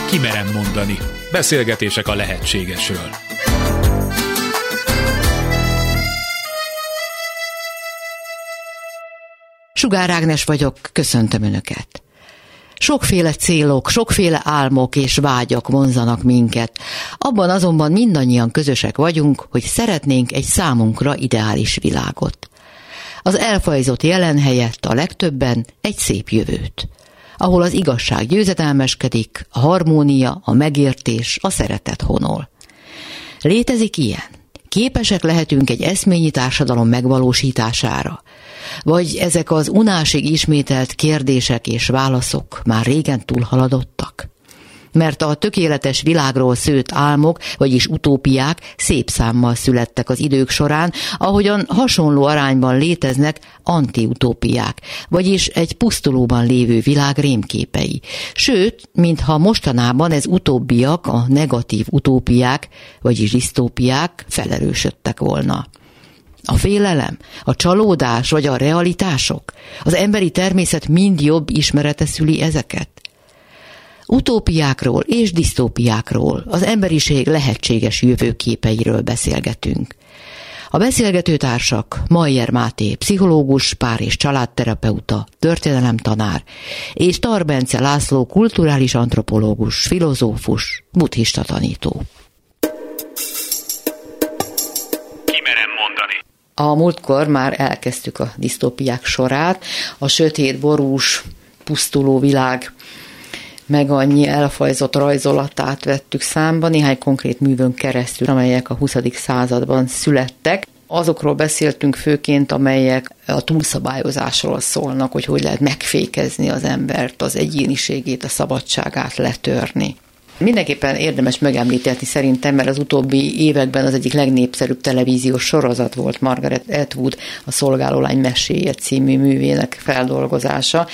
Ki merem mondani. Beszélgetések a lehetségesről. Sugár Ágnes vagyok, köszöntöm Önöket. Sokféle célok, sokféle álmok és vágyak vonzanak minket. Abban azonban mindannyian közösek vagyunk, hogy szeretnénk egy számunkra ideális világot. Az elfajzott jelen helyett a legtöbben egy szép jövőt, ahol az igazság győzedelmeskedik, a harmónia, a megértés, a szeretet honol. Létezik ilyen? Képesek lehetünk egy eszményi társadalom megvalósítására? Vagy ezek az unásig ismételt kérdések és válaszok már régen túlhaladottak? Mert a tökéletes világról szőtt álmok, vagyis utópiák szép számmal születtek az idők során, ahogyan hasonló arányban léteznek antiutópiák, vagyis egy pusztulóban lévő világ rémképei. Sőt, mintha mostanában ez utóbbiak, a negatív utópiák, vagyis disztópiák felerősödtek volna. A félelem, a csalódás vagy a realitások, az emberi természet mind jobb ismerete szüli ezeket. Utópiákról és disztópiákról, az emberiség lehetséges jövőképeiről beszélgetünk. A beszélgetőtársak Mayer Máté, pszichológus, pár- és családterapeuta, történelemtanár, és Tar Bence László, kulturális antropológus, filozófus, buddhista tanító. Ki merem mondani. A múltkor már elkezdtük a disztópiák sorát, a sötét, borús, pusztuló világ meg annyi elfajzott rajzolatát vettük számba, néhány konkrét művön keresztül, amelyek a 20. században születtek. Azokról beszéltünk főként, amelyek a túlszabályozásról szólnak, hogy lehet megfékezni az embert, az egyéniségét, a szabadságát letörni. Mindenképpen érdemes megemlíteni szerintem, mert az utóbbi években az egyik legnépszerűbb televíziós sorozat volt Margaret Atwood, a Szolgálólány meséje című művének feldolgozása.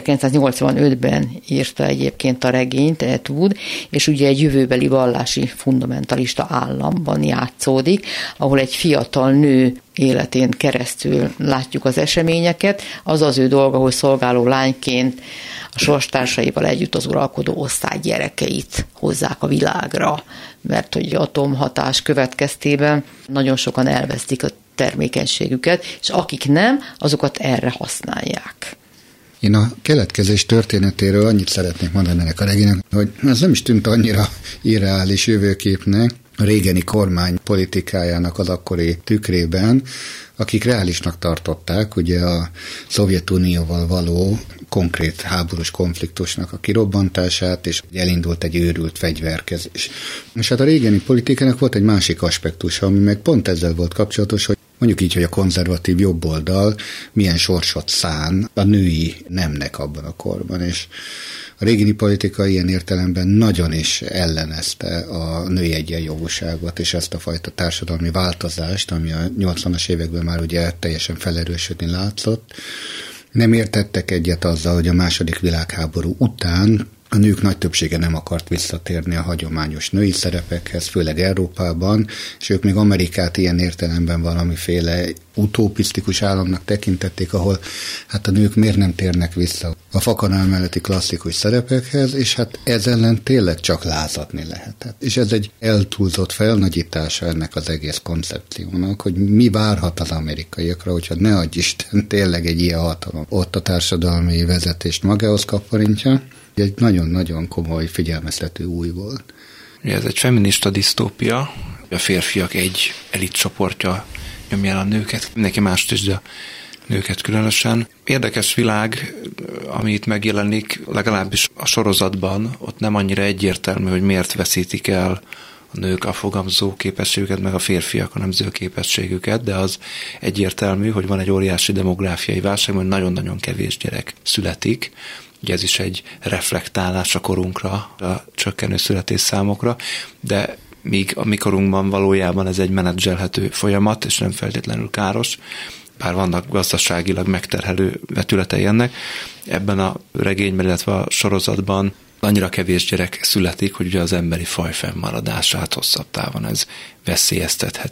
1985-ben írta egyébként a regényt Atwood, és ugye egy jövőbeli vallási fundamentalista államban játszódik, ahol egy fiatal nő életén keresztül látjuk az eseményeket. Az az ő dolga, hogy szolgáló lányként a sorstársaival együtt az uralkodó osztály gyerekeit hozzák a világra, mert hogy atomhatás következtében nagyon sokan elvesztik a termékenységüket, és akik nem, azokat erre használják. Én a keletkezés történetéről annyit szeretnék mondani ennek a regénynek, hogy ez nem is tűnt annyira irreális jövőképnek a régeni kormány politikájának az akkori tükrében, akik reálisnak tartották ugye a Szovjetunióval való konkrét háborús konfliktusnak a kirobbantását, és elindult egy őrült fegyverkezés. És hát a régeni politikának volt egy másik aspektusa, ami meg pont ezzel volt kapcsolatos, hogy mondjuk így, hogy a konzervatív jobboldal milyen sorsot szán a női nemnek abban a korban, és a régeni politika ilyen értelemben nagyon is ellenezte a női egyenjogúságot, és ezt a fajta társadalmi változást, ami a 80-as években már ugye teljesen felerősödni látszott. Nem értettek egyet azzal, hogy a II. Világháború után a nők nagy többsége nem akart visszatérni a hagyományos női szerepekhez, főleg Európában, és ők még Amerikát ilyen értelemben valamiféle utopisztikus államnak tekintették, ahol hát a nők miért nem térnek vissza a fakanál melletti klasszikus szerepekhez, és hát ez ellen tényleg csak lázadni lehetett. És ez egy eltúlzott felnagyítása ennek az egész koncepciónak, hogy mi várhat az amerikaiakra, hogyha ne adj Isten tényleg egy ilyen hatalom ott a társadalmi vezetést magához kaparintja. Egy nagyon-nagyon komoly figyelmeztető új volt. Ez egy feminista disztópia, a férfiak egy elitcsoportja nyomja el a nőket, mindenki mást is, de a nőket különösen. Érdekes világ, ami itt megjelenik, legalábbis a sorozatban, ott nem annyira egyértelmű, hogy miért veszítik el a nők a fogamzó képességüket, meg a férfiak a nemző képességüket, de az egyértelmű, hogy van egy óriási demográfiai válság, mert nagyon-nagyon kevés gyerek születik. Ugye ez is egy reflektálás a korunkra, a csökkenő születésszámokra, de míg a mi korunkban valójában ez egy menedzselhető folyamat, és nem feltétlenül káros, bár vannak gazdaságilag megterhelő vetületei ennek. Ebben a regényben, illetve a sorozatban annyira kevés gyerek születik, hogy ugye az emberi faj fennmaradását hosszabb távon ez veszélyeztetheti.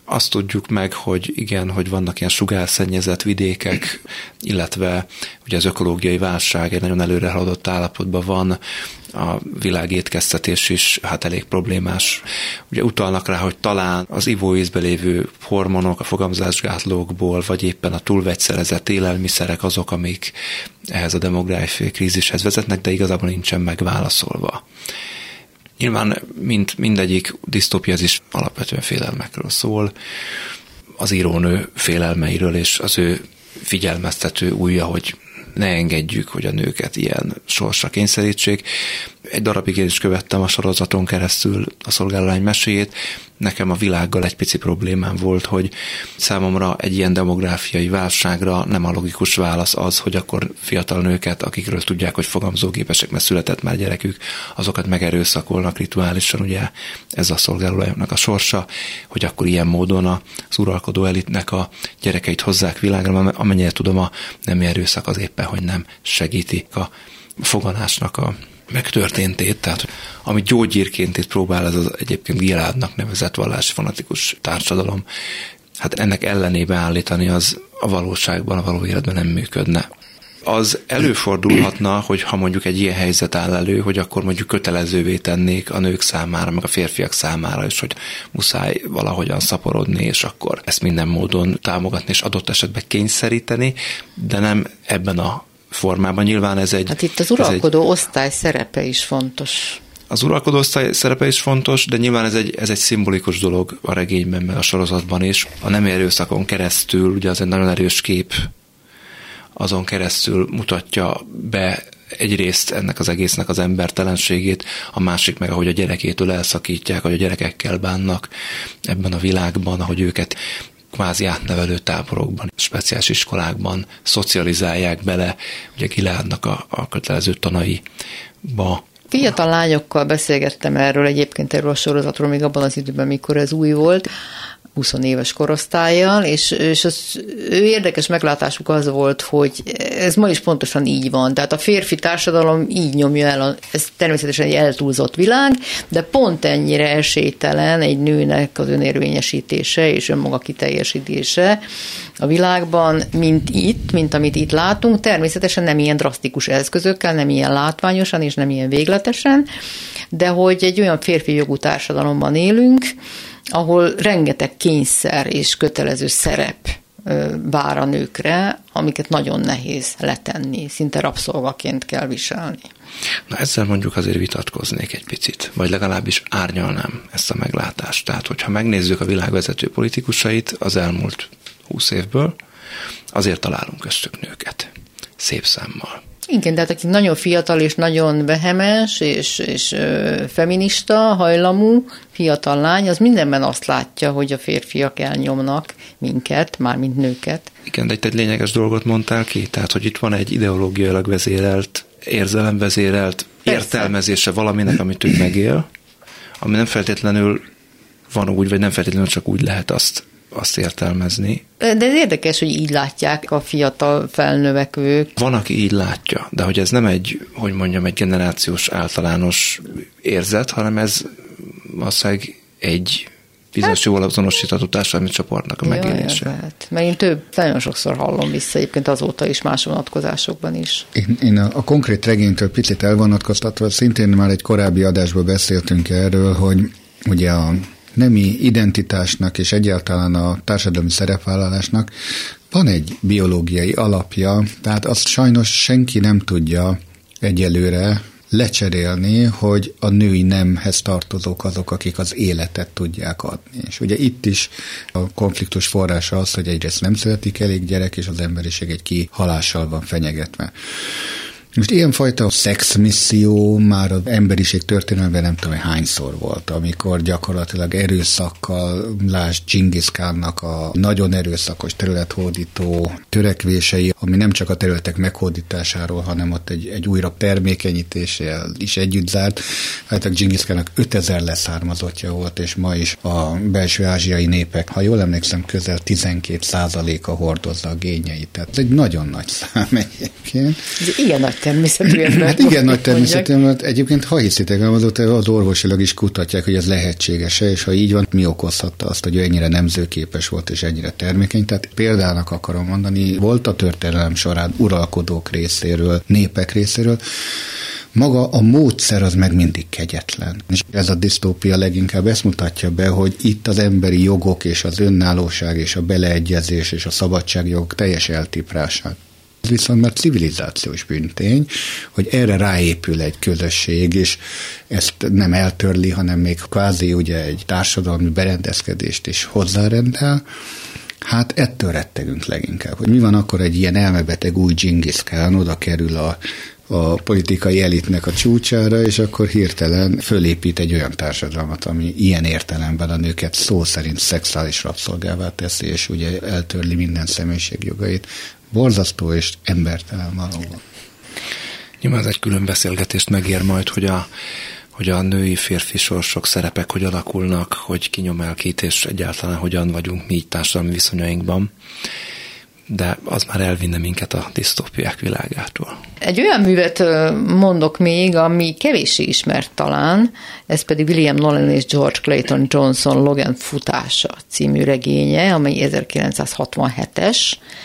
Azt tudjuk meg, hogy igen, hogy vannak ilyen sugárszennyezett vidékek, illetve ugye az ökológiai válság egy nagyon előre haladott állapotban van, a világ étkeztetés is elég problémás. Ugye utalnak rá, hogy talán az ivóvízbe lévő hormonok, a fogamzásgátlókból, vagy éppen a túlvegyszerezett élelmiszerek azok, amik ehhez a demográfiai krízishez vezetnek, de igazából nincsen megválaszolva. Nyilván mindegyik disztópia az is alapvetően félelmekről szól, az írónő félelmeiről, és az ő figyelmeztető ujja, hogy ne engedjük, hogy a nőket ilyen sorsra kényszerítsék. Egy darabig én is követtem a sorozaton keresztül a szolgálalány meséjét. Nekem a világgal egy pici problémám volt, hogy számomra egy ilyen demográfiai válságra nem a logikus válasz az, hogy akkor fiatal nőket, akikről tudják, hogy fogamzógépesek, mert született már gyerekük, azokat megerőszakolnak rituálisan, ugye ez a szolgálólányoknak a sorsa, hogy akkor ilyen módon az uralkodó elitnek a gyerekeit hozzák világra, amennyire tudom, a nemi erőszak az éppen, hogy nem segíti a foganásnak a megtörténtét, tehát amit gyógyírként itt próbál ez az egyébként Giládnak nevezett vallási fanatikus társadalom, ennek ellenébe állítani, az a valóságban, a való életben nem működne. Az előfordulhatna, hogy ha mondjuk egy ilyen helyzet áll elő, hogy akkor mondjuk kötelezővé tennék a nők számára, meg a férfiak számára is, hogy muszáj valahogyan szaporodni, és akkor ezt minden módon támogatni, és adott esetben kényszeríteni, de nem ebben a formában. Nyilván ez egy... itt az uralkodó osztály szerepe is fontos. Az uralkodó osztály szerepe is fontos, de nyilván ez egy szimbolikus dolog a regényben, meg a sorozatban is. A nemi erőszakon keresztül, ugye az egy nagyon erős kép, azon keresztül mutatja be egyrészt ennek az egésznek az embertelenségét, a másik meg, ahogy a gyerekétől elszakítják, hogy a gyerekekkel bánnak ebben a világban, ahogy őket kvázi átnevelő táborokban, speciális iskolákban szocializálják bele, ugye Giládnak a kötelező tanaiba. Fiatal lányokkal beszélgettem erről a sorozatról még abban az időben, mikor ez új volt, 20 éves korosztállyal, és az ő érdekes meglátásuk az volt, hogy ez ma is pontosan így van. Tehát a férfi társadalom így nyomja el, ez természetesen egy eltúlzott világ, de pont ennyire esélytelen egy nőnek az önérvényesítése és önmaga kiteljesítése a világban, mint amit itt látunk, természetesen nem ilyen drasztikus eszközökkel, nem ilyen látványosan és nem ilyen végletesen, de hogy egy olyan férfi jogú társadalomban élünk, ahol rengeteg kényszer és kötelező szerep vár a nőkre, amiket nagyon nehéz letenni, szinte rabszolgaként kell viselni. Na ezzel mondjuk azért vitatkoznék egy picit, vagy legalábbis árnyalnám ezt a meglátást. Tehát, hogyha megnézzük a világ vezető politikusait az elmúlt 20 évből, azért találunk köztük nőket. Szép számmal. Igen, de hát akik nagyon fiatal és nagyon vehemes és feminista hajlamú fiatal lány, az mindenben azt látja, hogy a férfiak elnyomnak minket, mármint nőket. Igen, de itt egy lényeges dolgot mondtál ki, tehát hogy itt van egy ideológiailag vezérelt, érzelemvezérelt értelmezése valaminek, amit ő megél, ami nem feltétlenül van úgy, vagy nem feltétlenül csak úgy lehet azt értelmezni. De ez érdekes, hogy így látják a fiatal felnövekvők. Van, aki így látja, de hogy ez nem egy generációs általános érzet, hanem ez valószínűleg egy bizonyos jól azonosítható társadalmi csoportnak a megélése. Lehet. Mert én nagyon sokszor hallom vissza, egyébként azóta is más vonatkozásokban is. Én a konkrét regénytől picit elvonatkoztatva, szintén már egy korábbi adásban beszéltünk erről, hogy ugye a nemi identitásnak és egyáltalán a társadalmi szerepvállalásnak van egy biológiai alapja, tehát azt sajnos senki nem tudja egyelőre lecserélni, hogy a női nemhez tartozók azok, akik az életet tudják adni. És ugye itt is a konfliktus forrása az, hogy egyrészt nem születik elég gyerek, és az emberiség egy kihalással van fenyegetve. Most ilyenfajta szexmisszió már az emberiség történelmében nem tudom, hányszor volt, amikor gyakorlatilag erőszakkal, lásd Dzsingisz Kánnak a nagyon erőszakos területhódító törekvései, ami nem csak a területek meghódításáról, hanem ott egy újra termékenyítéssel is együtt zárt. Hát a Dzsingisz Kánnak 5000 leszármazottja volt, és ma is a belső ázsiai népek, ha jól emlékszem, közel 12%-a hordozza a génjeit. Tehát ez egy nagyon nagy szám egyébként. Ez igen nagy természetű ember. Hát igen, nagy természetű, mert egyébként, ha hiszitek, az orvosilag is kutatják, hogy ez lehetséges-e, és ha így van, mi okozhatta azt, hogy ő ennyire nemzőképes volt, és ennyire termékeny. Tehát példának akarom mondani, volt a történelem során uralkodók részéről, népek részéről, maga a módszer az meg mindig kegyetlen. És ez a disztópia leginkább ezt mutatja be, hogy itt az emberi jogok és az önállóság és a beleegyezés és a szabadságjogok teljes eltiprását. Ez viszont már civilizációs bűntény, hogy erre ráépül egy közösség, és ezt nem eltörli, hanem még kvázi ugye egy társadalmi berendezkedést is hozzárendel. Hát ettől rettegünk leginkább, hogy mi van akkor egy ilyen elmebeteg új Dzsingisz Kán oda kerül a politikai elitnek a csúcsára, és akkor hirtelen fölépít egy olyan társadalmat, ami ilyen értelemben a nőket szó szerint szexuális rabszolgává teszi, és ugye eltörli minden személyiségjogait. Borzasztó és embertelen valóban. Nyilván ez egy külön beszélgetést megér majd, hogy a női-férfi sorsok, szerepek hogy alakulnak, hogy ki nyom el kit, és egyáltalán hogyan vagyunk mi így társadalmi viszonyainkban. De az már elvinne minket a disztópiák világától. Egy olyan művet mondok még, ami kevéssé ismert talán, ez pedig William Nolan és George Clayton Johnson Logan futása című regénye, amely 1967-es.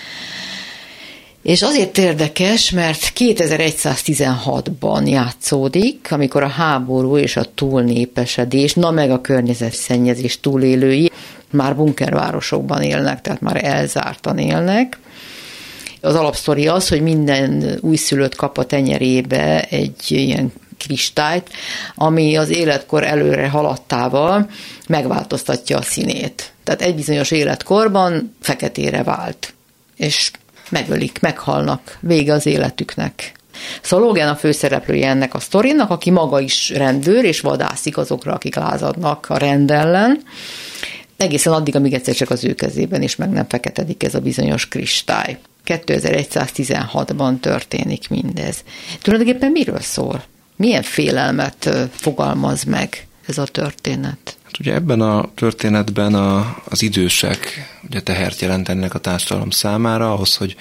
És azért érdekes, mert 2116-ban játszódik, amikor a háború és a túlnépesedés, meg a környezetszennyezés túlélői már bunkervárosokban élnek, tehát már elzártan élnek. Az alapsztori az, hogy minden újszülött kap a tenyerébe egy ilyen kristályt, ami az életkor előre haladtával megváltoztatja a színét. Tehát egy bizonyos életkorban feketére vált, és megölik, meghalnak, vége az életüknek. Szóval Logan a főszereplője ennek a sztorinak, aki maga is rendőr, és vadászik azokra, akik lázadnak a rend ellen, egészen addig, amíg egyszer csak az ő kezében is meg nem feketedik ez a bizonyos kristály. 2116-ban történik mindez. Tulajdonképpen miről szól? Milyen félelmet fogalmaz meg ez a történet? Hát ugye ebben a történetben az idősek ugye tehert jelentenek a társadalom számára ahhoz, hogy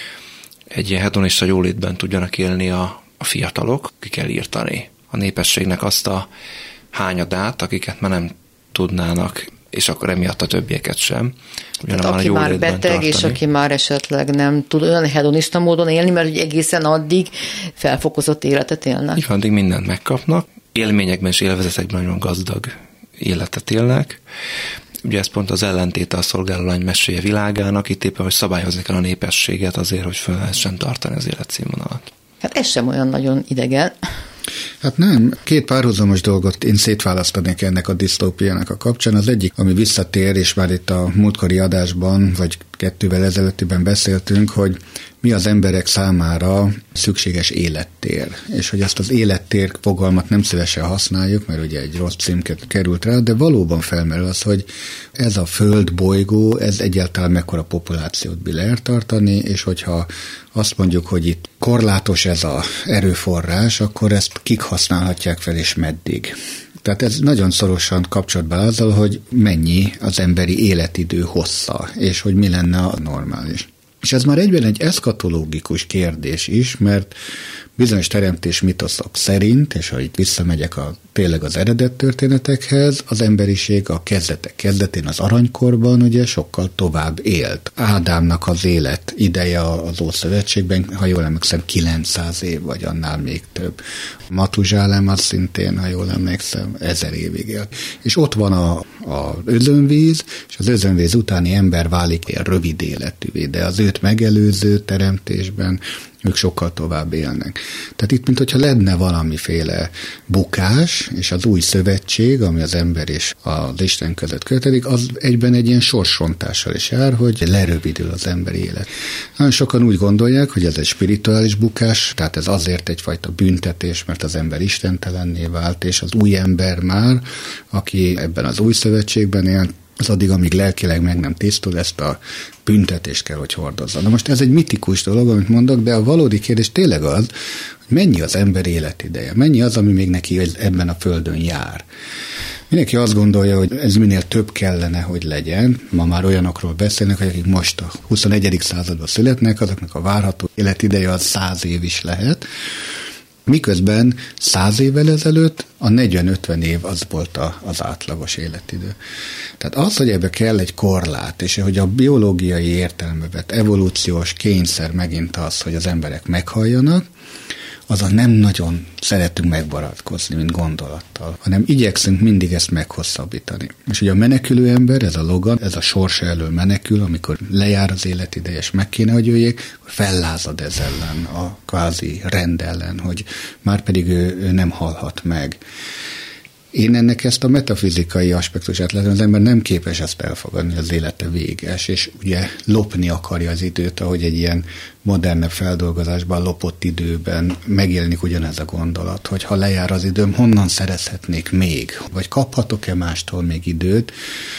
egy ilyen hedonista jólétben tudjanak élni a fiatalok, ki kell írtani a népességnek azt a hányadát, akiket már nem tudnának, és akkor emiatt a többieket sem. Tehát aki már beteg, tartani. És aki már esetleg nem tud olyan hedonista módon élni, mert ugye egészen addig felfokozott életet élnek. Így van, addig mindent megkapnak. Élményekben és élvezetekben nagyon gazdag életet élnek. Ugye ez pont az ellentéte a szolgálólány meséje világának, itt éppen, hogy szabályozni kell a népességet azért, hogy fel lehessen tartani az életszínvonalat. Hát ez sem olyan nagyon idegen. Hát nem, két párhuzamos dolgot én szétválasztanék ennek a disztópiának a kapcsán. Az egyik, ami visszatér, és már itt a múltkori adásban, vagy 2-vel ezelőttiben beszéltünk, hogy mi az emberek számára szükséges élettér, és hogy ezt az élettér fogalmat nem szívesen használjuk, mert ugye egy rossz cím került rá, de valóban felmerül az, hogy ez a Föld bolygó, ez egyáltalán mekkora populációt bír tartani, és hogyha azt mondjuk, hogy itt korlátos ez az erőforrás, akkor ezt kik használhatják fel, és meddig. Tehát ez nagyon szorosan kapcsolatban azzal, hogy mennyi az emberi életidő hossza, és hogy mi lenne a normális. És ez már egyben egy eszkatológikus kérdés is, mert bizonyos teremtés mitoszok szerint, és ha itt visszamegyek tényleg az eredet történetekhez, az emberiség a kezdetén az aranykorban ugye sokkal tovább élt. Ádámnak az élet ideje az Ószövetségben, ha jól emlékszem, 900 év, vagy annál még több. Matuzsálem az szintén, ha jól emlékszem, 1000 évig élt. És ott van az özönvíz, és az özönvíz utáni ember válik ilyen rövid életűvé, de az őt megelőző teremtésben ők sokkal tovább élnek. Tehát itt, mintha lenne valamiféle bukás, és az új szövetség, ami az ember és az Isten között kötődik, az egyben egy ilyen sorsrontással is jár, hogy lerövidül az emberi élet. Nagyon sokan úgy gondolják, hogy ez egy spirituális bukás, tehát ez azért egyfajta büntetés, mert az ember istentelenné vált, és az új ember már, aki ebben az új szövetségben él, az addig, amíg lelkileg meg nem tisztul, ezt a büntetést kell, hogy hordozza. Na most ez egy mitikus dolog, amit mondok, de a valódi kérdés tényleg az, hogy mennyi az ember életideje, mennyi az, ami még neki ebben a földön jár. Mindenki azt gondolja, hogy ez minél több kellene, hogy legyen. Ma már olyanokról beszélnek, hogy akik most a 21. században születnek, azoknak a várható életideje az 100 év is lehet. Miközben 100 évvel ezelőtt a 40-50 év az volt az átlagos életidő. Tehát az, hogy ebbe kell egy korlát, és hogy a biológiai értelembe vett evolúciós kényszer megint az, hogy az emberek meghalljanak, azon nem nagyon szeretünk megbarátkozni, mint gondolattal, hanem igyekszünk mindig ezt meghosszabbítani. És ugye a menekülő ember, ez a Logan, ez a sorsa elől menekül, amikor lejár az életideje, és meg kéne, hogy öljék, fellázad ez ellen, a kvázi rend ellen, hogy már pedig ő nem halhat meg. Én ennek ezt a metafizikai aspektusát látom, az ember nem képes ezt elfogadni, az élete véges, és ugye lopni akarja az időt, ahogy egy ilyen modernebb feldolgozásban, lopott időben megjelenik ugyanez a gondolat, hogy ha lejár az időm, honnan szerezhetnék még? Vagy kaphatok-e mástól még időt?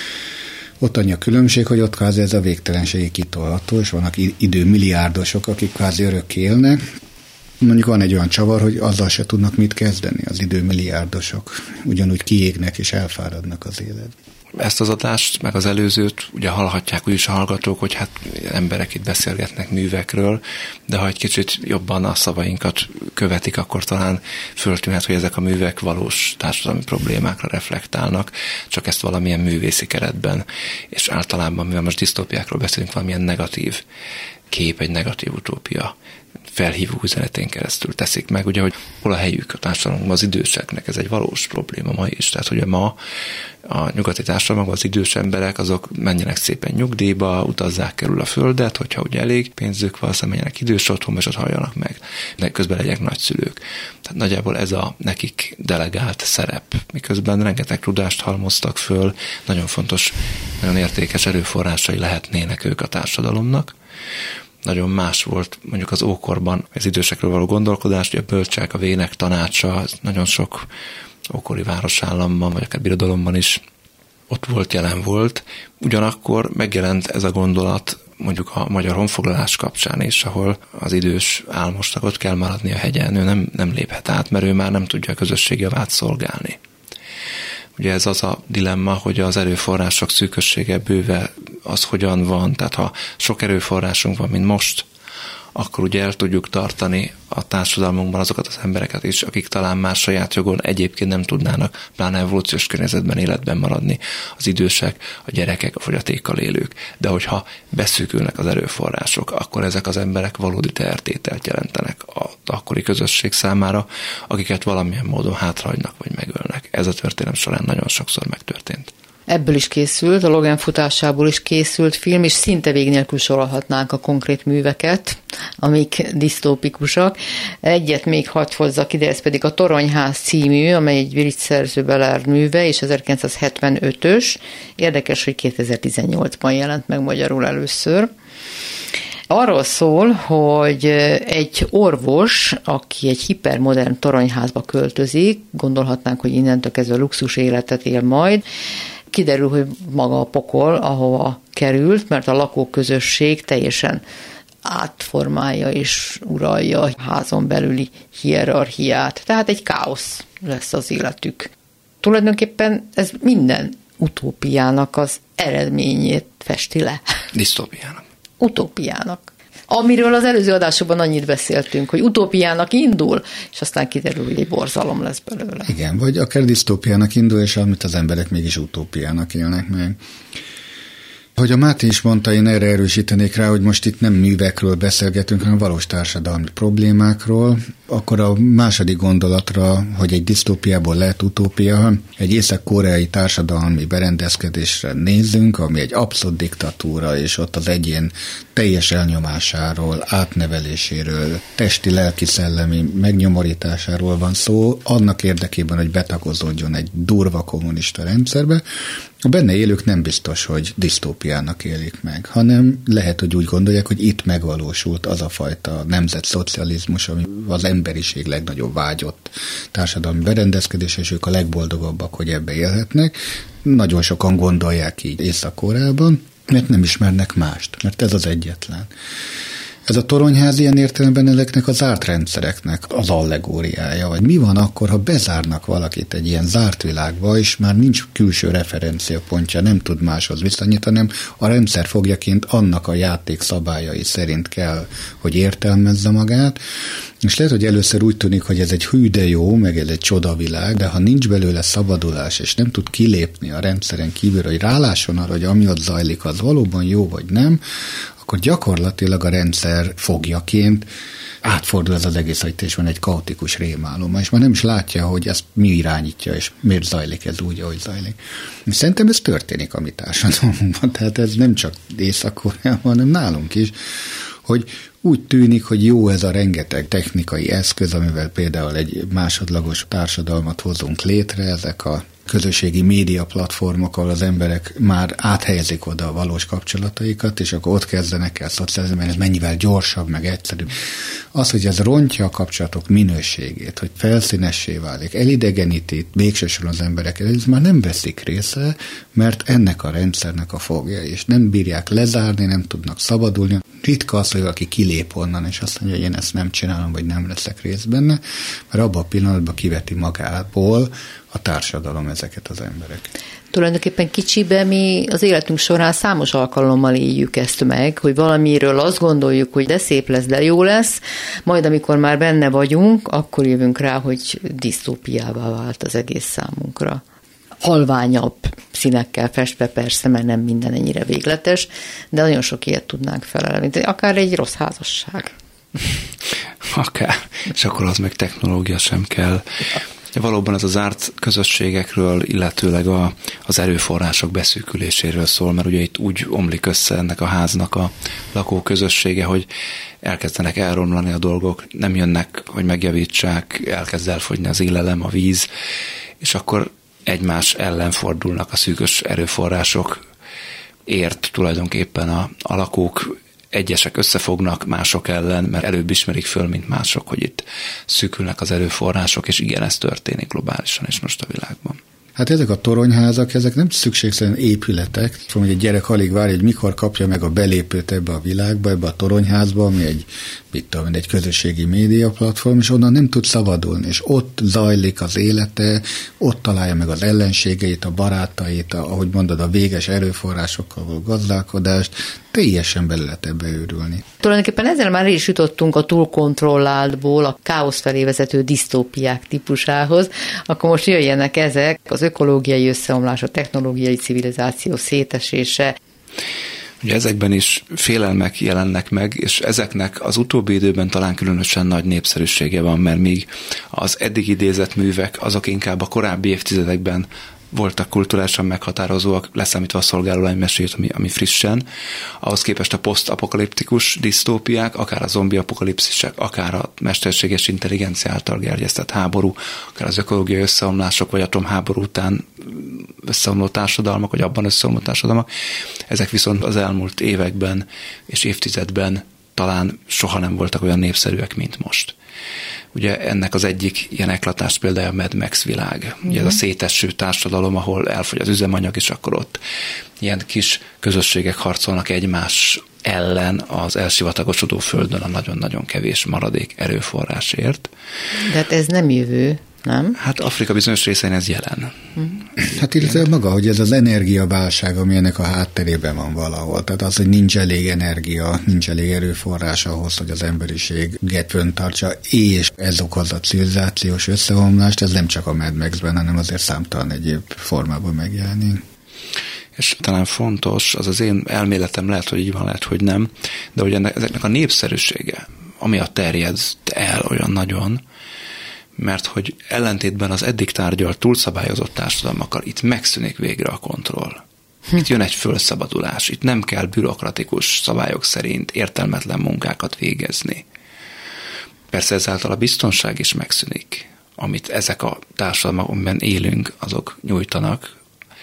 Ott annyi a különbség, hogy ott kvázi ez a végtelenségi kitolható, és vannak időmilliárdosok, akik kvázi örökké élnek. Mondjuk van egy olyan csavar, hogy azzal se tudnak mit kezdeni az időmilliárdosok. Ugyanúgy kiégnek és elfáradnak az élet. Ezt az adást, meg az előzőt ugye hallhatják úgyis a hallgatók, hogy hát emberek itt beszélgetnek művekről, de ha egy kicsit jobban a szavainkat követik, akkor talán föltűnhet, hogy ezek a művek valós társadalmi problémákra reflektálnak, csak ezt valamilyen művészi keretben, és általában, mivel most disztópiákról beszélünk, valamilyen negatív kép, egy negatív utópia felhívó üzenetén keresztül teszik meg, ugye, hogy hol a helyük a társadalomban az időseknek, ez egy valós probléma ma is. Tehát, hogy ma a nyugati társadalomban az idős emberek, azok menjenek szépen nyugdíjba, utazzák körül a földet, hogyha ugye elég pénzük van, aztán menjenek idős otthonba, és ott halljanak meg. De közben legyenek nagyszülők. Tehát nagyjából ez a nekik delegált szerep. Miközben rengeteg tudást halmoztak föl, nagyon fontos, nagyon értékes erőforrásai lehetnének ők a társadalomnak. Nagyon más volt mondjuk az ókorban az idősekről való gondolkodás, hogy a bölcsek, a vének tanácsa, nagyon sok ókori városállamban, vagy akár birodalomban is ott volt, jelen volt. Ugyanakkor megjelent ez a gondolat mondjuk a magyar honfoglalás kapcsán is, ahol az idős álmosnak ott kell maradni a hegyen, ő nem léphet át, mert ő már nem tudja a közösség javát szolgálni. Ugye ez az a dilemma, hogy az erőforrások szűkössége bőve az hogyan van, tehát ha sok erőforrásunk van, mint most, akkor ugye el tudjuk tartani a társadalmunkban azokat az embereket is, akik talán már saját jogon egyébként nem tudnának, pláne evolúciós környezetben életben maradni, az idősek, a gyerekek, a fogyatékkal élők. De hogyha beszűkülnek az erőforrások, akkor ezek az emberek valódi tehertételt jelentenek az akkori közösség számára, akiket valamilyen módon hátrahagynak vagy megölnek. Ez a történelem során nagyon sokszor megtörtént. Ebből is készült, a Logan futásából is készült film, és szinte vég nélkül sorolhatnánk a konkrét műveket, amik disztópikusak. Egyet még hadd hozzak ide, ez pedig a Toronyház című, amely egy brit szerző Ballard műve, és 1975-ös. Érdekes, hogy 2018-ban jelent meg magyarul először. Arról szól, hogy egy orvos, aki egy hipermodern toronyházba költözik, gondolhatnánk, hogy innentől kezdve luxus életet él majd, kiderül, hogy maga a pokol, ahova került, mert a lakóközösség teljesen átformálja és uralja a házon belüli hierarchiát. Tehát egy káosz lesz az életük. Tulajdonképpen ez minden utópiának az eredményét festi le. Disztópiának. Utópiának. Amiről az előző adásokban annyit beszéltünk, hogy utópiának indul, és aztán kiderül, hogy egy borzalom lesz belőle. Igen, vagy akár disztópiának indul, és amit az emberek mégis utópiának élnek meg. Hogy a Máté is mondta, én erre erősítenék rá, hogy most itt nem művekről beszélgetünk, hanem valós társadalmi problémákról, akkor a második gondolatra, hogy egy disztópiából lehet utópia, egy észak-koreai társadalmi berendezkedésre nézzünk, ami egy abszolút diktatúra, és ott az egyén teljes elnyomásáról, átneveléséről, testi, lelki, szellemi megnyomorításáról van szó, annak érdekében, hogy betakozódjon egy durva kommunista rendszerbe. A benne élők nem biztos, hogy disztópiának élik meg, hanem lehet, hogy úgy gondolják, hogy itt megvalósult az a fajta nemzetszocializmus, ami az emberiség legnagyobb vágyott társadalmi berendezkedés, és ők a legboldogabbak, hogy ebbe élhetnek. Nagyon sokan gondolják így Észak-Koreában, mert nem ismernek mást, mert ez az egyetlen. Ez a toronyház ilyen értelemben ezeknek a zárt rendszereknek az allegóriája, vagy mi van akkor, ha bezárnak valakit egy ilyen zárt világba, és már nincs külső referenciapontja, nem tud máshoz viszonyítani, hanem a rendszer fogjaként annak a játék szabályai szerint kell, hogy értelmezze magát, és lehet, hogy először úgy tűnik, hogy ez egy hű de jó, meg ez egy csodavilág, de ha nincs belőle szabadulás, és nem tud kilépni a rendszeren kívül, hogy rálásson arra, hogy ami ott zajlik, az valóban jó vagy nem, akkor gyakorlatilag a rendszer fogjaként átfordul ez az egész, hogy és van egy kaotikus rémálom, és már nem is látja, hogy ezt mi irányítja, és miért zajlik ez úgy, ahogy zajlik. Szerintem ez történik a mi társadalmunkban, tehát ez nem csak Észak-Koreában, hanem nálunk is, hogy úgy tűnik, hogy jó ez a rengeteg technikai eszköz, amivel például egy másodlagos társadalmat hozunk létre, ezek a közösségi média platformok, ahol az emberek már áthelyezik oda a valós kapcsolataikat, és akkor ott kezdenek el szocializálni, mert ez mennyivel gyorsabb, meg egyszerűbb. Az, hogy ez rontja a kapcsolatok minőségét, hogy felszínessé válik, elidegeníti végsősorban az embereket, ez már nem veszik része, mert ennek a rendszernek a fogja, és nem bírják lezárni, nem tudnak szabadulni. Ritka az, hogy valaki kilép onnan, és azt mondja, hogy én ezt nem csinálom, vagy nem leszek részt benne, mert abban a pillanatban kiveti magából a társadalom ezeket az embereket. Tulajdonképpen kicsiben mi az életünk során számos alkalommal éljük ezt meg, hogy valamiről azt gondoljuk, hogy de szép lesz, de jó lesz, majd amikor már benne vagyunk, akkor jövünk rá, hogy disztópiává vált az egész számunkra. Halványabb színekkel festve persze, mert nem minden ennyire végletes, de nagyon sok ilyet tudnánk felelni. Akár egy rossz házasság. Akár. És akkor az meg technológia sem kell. Valóban ez az zárt közösségekről, illetőleg az erőforrások beszűküléséről szól, mert ugye itt úgy omlik össze ennek a háznak a lakóközössége, hogy elkezdenek elromlani a dolgok, nem jönnek, hogy megjavítsák, elkezd elfogyni az élelem, a víz, és akkor egymás ellen fordulnak a szűkös erőforrások ért tulajdonképpen a lakók. Egyesek összefognak mások ellen, mert előbb ismerik föl, mint mások, hogy itt szűkülnek az erőforrások, és igen, ez történik globálisan és most a világban. Hát ezek a toronyházak, ezek nem szükségszerűen épületek, hogy egy gyerek alig várja, hogy mikor kapja meg a belépőt ebbe a világba, ebbe a toronyházba, ami egy közösségi média platform, és onnan nem tud szabadulni, és ott zajlik az élete, ott találja meg az ellenségeit, a barátait, ahogy mondod, a véges erőforrásokkal való gazdálkodást, teljesen bele lehet ebbe őrülni. Tulajdonképpen ezzel már is jutottunk a túlkontrolláltból a káosz felé vezető disztópiák típusához, akkor most jöjjenek ezek, az ökológiai összeomlás, a technológiai civilizáció szétesése. Ugye ezekben is félelmek jelennek meg, és ezeknek az utóbbi időben talán különösen nagy népszerűsége van, mert míg az eddig idézett művek, azok inkább a korábbi évtizedekben voltak kulturálisan meghatározóak, leszámítva a szolgálólány-mesét, ami frissen. Ahhoz képest a posztapokaliptikus disztópiák, akár a zombi apokalipszisek, akár a mesterséges intelligencia által gerjesztett háború, akár az ökológiai összeomlások, vagy atomháború után összeomló társadalmak, vagy abban összeomló társadalmak, ezek viszont az elmúlt években és évtizedben talán soha nem voltak olyan népszerűek, mint most. Ugye ennek az egyik ilyen eklatás például a Mad Max világ. Ugye ez a széteső társadalom, ahol elfogy az üzemanyag, és akkor ott ilyen kis közösségek harcolnak egymás ellen az elsivatagosodó földön a nagyon-nagyon kevés maradék erőforrásért. De hát ez nem jövő, nem? Hát Afrika bizonyos részein ez jelen. Hát illetve maga, hogy ez az energiaválság, ami ennek a hátterében van valahol. Tehát az, hogy nincs elég energia, nincs elég erőforrás ahhoz, hogy az emberiséget föntartsa, és ez okozza a civilizációs összeomlást, ez nem csak a Mad Max-ben, hanem azért számtalan egyéb formában megjelenik. És talán fontos, az én elméletem lehet, hogy így van, lehet, hogy nem, de hogy ezeknek a népszerűsége, ami a terjed el olyan nagyon, mert hogy ellentétben az eddig tárgyalt túlszabályozott társadalmakkal itt megszűnik végre a kontroll. Itt jön egy fölszabadulás, itt nem kell bürokratikus szabályok szerint értelmetlen munkákat végezni. Persze ezáltal a biztonság is megszűnik, amit ezek a társadalmak, amiben élünk, azok nyújtanak.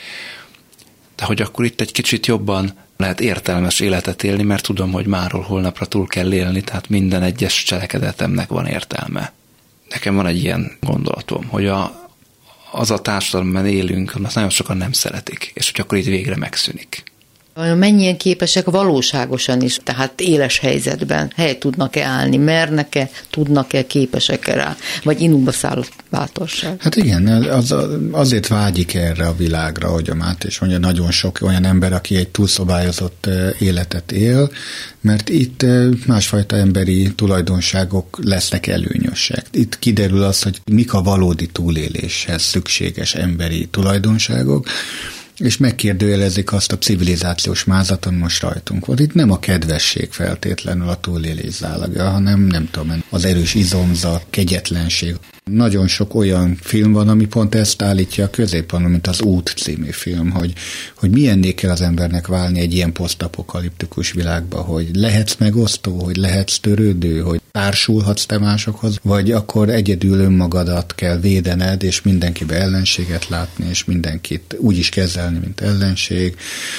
De hogy akkor itt egy kicsit jobban lehet értelmes életet élni, mert tudom, hogy máról holnapra túl kell élni, tehát minden egyes cselekedetemnek van értelme. Nekem van egy ilyen gondolatom, hogy az a társadalomban élünk, azt nagyon sokan nem szeretik, és hogy akkor itt végre megszűnik. Mennyien képesek valóságosan is, tehát éles helyzetben helyt tudnak-e állni, mernek-e, tudnak-e, képesek-e rá, vagy inukba száll bátorság? Hát igen, azért vágyik erre a világra, hogy a Máté is mondja, nagyon sok olyan ember, aki egy túlszabályozott életet él, mert itt másfajta emberi tulajdonságok lesznek előnyösek. Itt kiderül az, hogy mik a valódi túléléshez szükséges emberi tulajdonságok, és megkérdőjelezik azt a civilizációs mázat, ami most rajtunk volt. Itt nem a kedvesség feltétlenül a túlélés záloga, hanem nem tudom, az erős izomzat, kegyetlenség. Nagyon sok olyan film van, ami pont ezt állítja a középpontban, mint az Út című film, hogy milyenné kell az embernek válni egy ilyen posztapokaliptikus világba, hogy lehetsz megosztó, hogy lehetsz törődő, hogy társulhatsz te másokhoz, vagy akkor egyedül önmagadat kell védened, és mindenkibe ellenséget látni, és mindenkit úgy is kezelni, mint ellenség.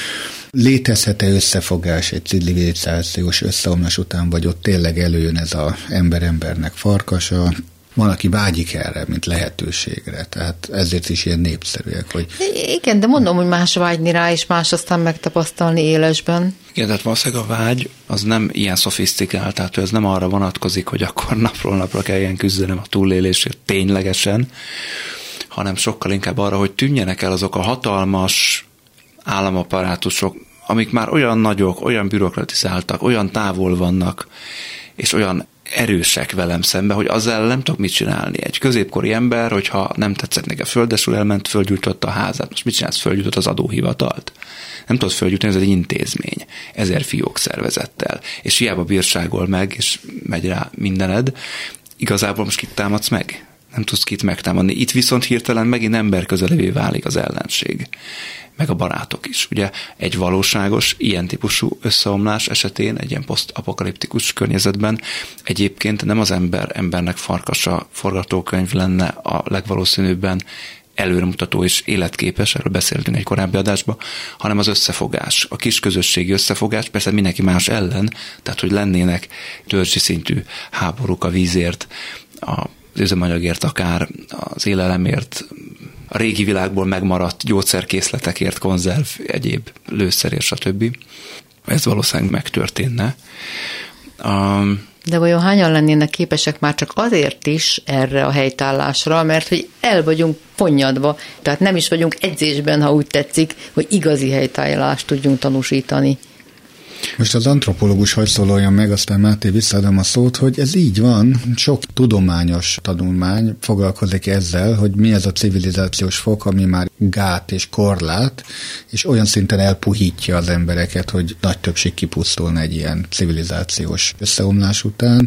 Létezhet-e összefogás egy civilizációs összeomlás után, vagy ott tényleg előjön ez az ember-embernek farkasa? Van, aki vágyik erre, mint lehetőségre, tehát ezért is ilyen népszerűek, hogy... Igen, de mondom, hogy más vágyni rá, és más aztán megtapasztalni élesben. Igen, tehát valószínűleg a vágy az nem ilyen szofisztikált, tehát ez nem arra vonatkozik, hogy akkor napról napra kelljen küzdenem a túlélésért ténylegesen, hanem sokkal inkább arra, hogy tűnjenek el azok a hatalmas államaparátusok, amik már olyan nagyok, olyan bürokratizáltak, olyan távol vannak, és olyan erősek velem szembe, hogy azzal nem tudok mit csinálni. Egy középkori ember, hogyha nem tetszett neki a földesül, elment, földgyújtotta a házát. Most mit csinálsz? Földgyújtott az adóhivatalt. Nem tudod földgyújtani, ez egy intézmény. 1000 fiók szervezettel. És hiába bírságol meg, és megy rá mindened. Igazából most kit támadsz meg? Nem tudsz kit megtámadni. Itt viszont hirtelen megint emberközelévé válik az ellenség. Meg a barátok is. Ugye egy valóságos, ilyen típusú összeomlás esetén, egy ilyen posztapokaliptikus környezetben egyébként nem az embernek farkasa forgatókönyv lenne a legvalószínűbben előremutató és életképes, erről beszéltünk egy korábbi adásban, hanem az összefogás, a kis közösségi összefogás, persze mindenki más ellen, tehát hogy lennének törzsi szintű háborúk a vízért, az üzemanyagért, akár az élelemért, a régi világból megmaradt gyógyszerkészletekért, konzerv, egyéb lőszerért, stb. Ez valószínűleg megtörténne. De vajon hányan lennének képesek már csak azért is erre a helytállásra, mert hogy el vagyunk ponnyadva, tehát nem is vagyunk edzésben, ha úgy tetszik, hogy igazi helytállást tudjunk tanúsítani. Most az antropológus hagy szólaljon meg, aztán Máté visszaadom a szót, hogy ez így van, sok tudományos tanulmány foglalkozik ezzel, hogy mi ez a civilizációs fok, ami már gát és korlát, és olyan szinten elpuhítja az embereket, hogy nagy többség kipusztulna egy ilyen civilizációs összeomlás után.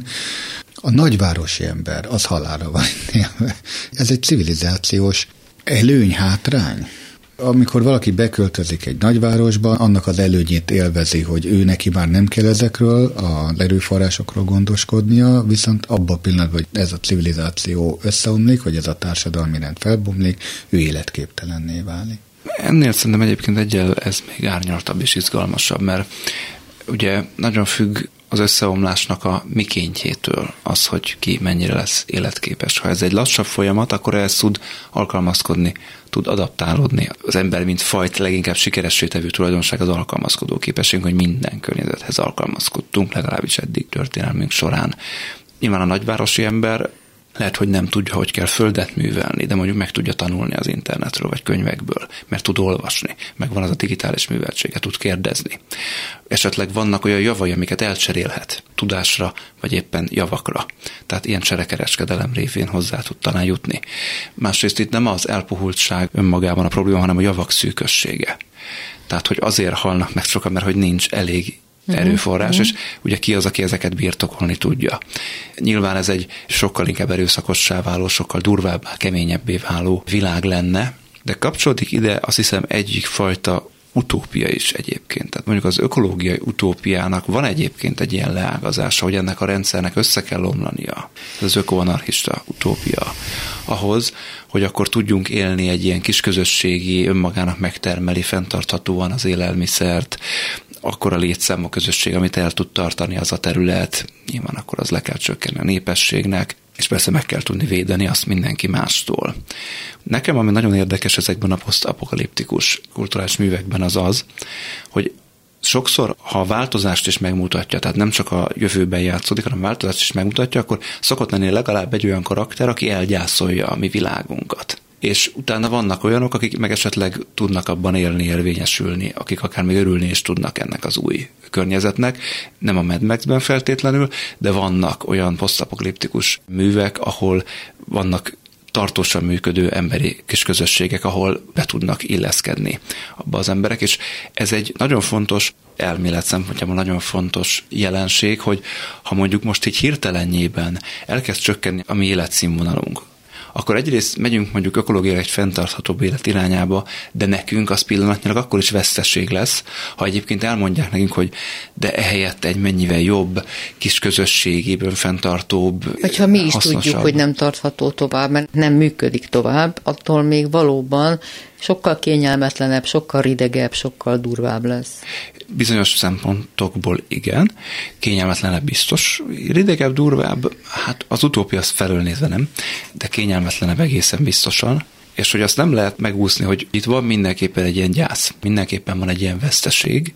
A nagyvárosi ember, az halálra van élve. Ez egy civilizációs előny-hátrány. Amikor valaki beköltözik egy nagyvárosba, annak az előnyét élvezi, hogy ő neki már nem kell ezekről az erőforrásokról gondoskodnia, viszont abban a pillanatban, hogy ez a civilizáció összeomlik, hogy ez a társadalmi rend felbomlik, ő életképtelenné válik. Ennél szerintem egyébként egyel ez még árnyaltabb és izgalmasabb, mert ugye nagyon függ az összeomlásnak a mikéntjétől az, hogy ki mennyire lesz életképes. Ha ez egy lassabb folyamat, akkor ehhez tud alkalmazkodni, tud adaptálódni. Az ember, mint fajt leginkább sikeressé tevő tulajdonság az alkalmazkodó képességünk, hogy minden környezethez alkalmazkodtunk, legalábbis eddig történelmünk során. Nyilván a nagyvárosi ember lehet, hogy nem tudja, hogy kell földet művelni, de mondjuk meg tudja tanulni az internetről, vagy könyvekből, mert tud olvasni, meg van az a digitális műveltsége, tud kérdezni. Esetleg vannak olyan javai, amiket elcserélhet tudásra, vagy éppen javakra. Tehát ilyen cserekereskedelem révén hozzá tud talán jutni. Másrészt itt nem az elpuhultság önmagában a probléma, hanem a javak szűkössége. Tehát, hogy azért halnak meg sokan, mert hogy nincs elég erőforrás, és ugye ki az, aki ezeket birtokolni tudja. Nyilván ez egy sokkal inkább erőszakossá váló, sokkal durvábbá, keményebbé váló világ lenne, de kapcsolódik ide azt hiszem egyik fajta utópia is egyébként. Tehát mondjuk az ökológiai utópiának van egyébként egy ilyen leágazása, hogy ennek a rendszernek össze kell omlania. Ez az ökoanarchista utópia. Ahhoz, hogy akkor tudjunk élni egy ilyen kisközösségi, önmagának megtermeli fenntarthatóan az élelmiszert, akkor a létszámú közösség, amit el tud tartani az a terület, nyilván akkor az le kell csökkenni a népességnek, és persze meg kell tudni védeni azt mindenki mástól. Nekem, ami nagyon érdekes ezekben a posztapokaliptikus kulturális művekben az, hogy sokszor, ha a változást is megmutatja, tehát nem csak a jövőben játszódik, hanem a változást is megmutatja, akkor szokott lenni legalább egy olyan karakter, aki elgyászolja a mi világunkat. És utána vannak olyanok, akik meg esetleg tudnak abban élni, érvényesülni, akik akár még örülni is tudnak ennek az új környezetnek. Nem a Mad Max-ben feltétlenül, de vannak olyan posztapokaliptikus művek, ahol vannak tartósan működő emberi kis közösségek, ahol be tudnak illeszkedni abba az emberek, és ez egy nagyon fontos elmélet szempontjából nagyon fontos jelenség, hogy ha mondjuk most így hirtelenjében elkezd csökkenni a mi életszínvonalunk, akkor egyrészt megyünk mondjuk ökológiailag egy fenntarthatóbb élet irányába, de nekünk az pillanatnyilag akkor is veszteség lesz, ha egyébként elmondják nekünk, hogy de ehelyett egy mennyivel jobb, kis közösségében fenntartóbb, vagy ha mi is hasznosabb. tudjuk, hogy nem tartható tovább, mert nem működik tovább, attól még valóban sokkal kényelmetlenebb, sokkal ridegebb, sokkal durvább lesz. Bizonyos szempontokból igen, kényelmetlenebb biztos, ridegebb, durvább, hát az utópia az felől nézve nem, de kényelmetlenebb egészen biztosan, és hogy azt nem lehet megúszni, hogy itt van mindenképpen egy ilyen gyász, mindenképpen van egy ilyen veszteség,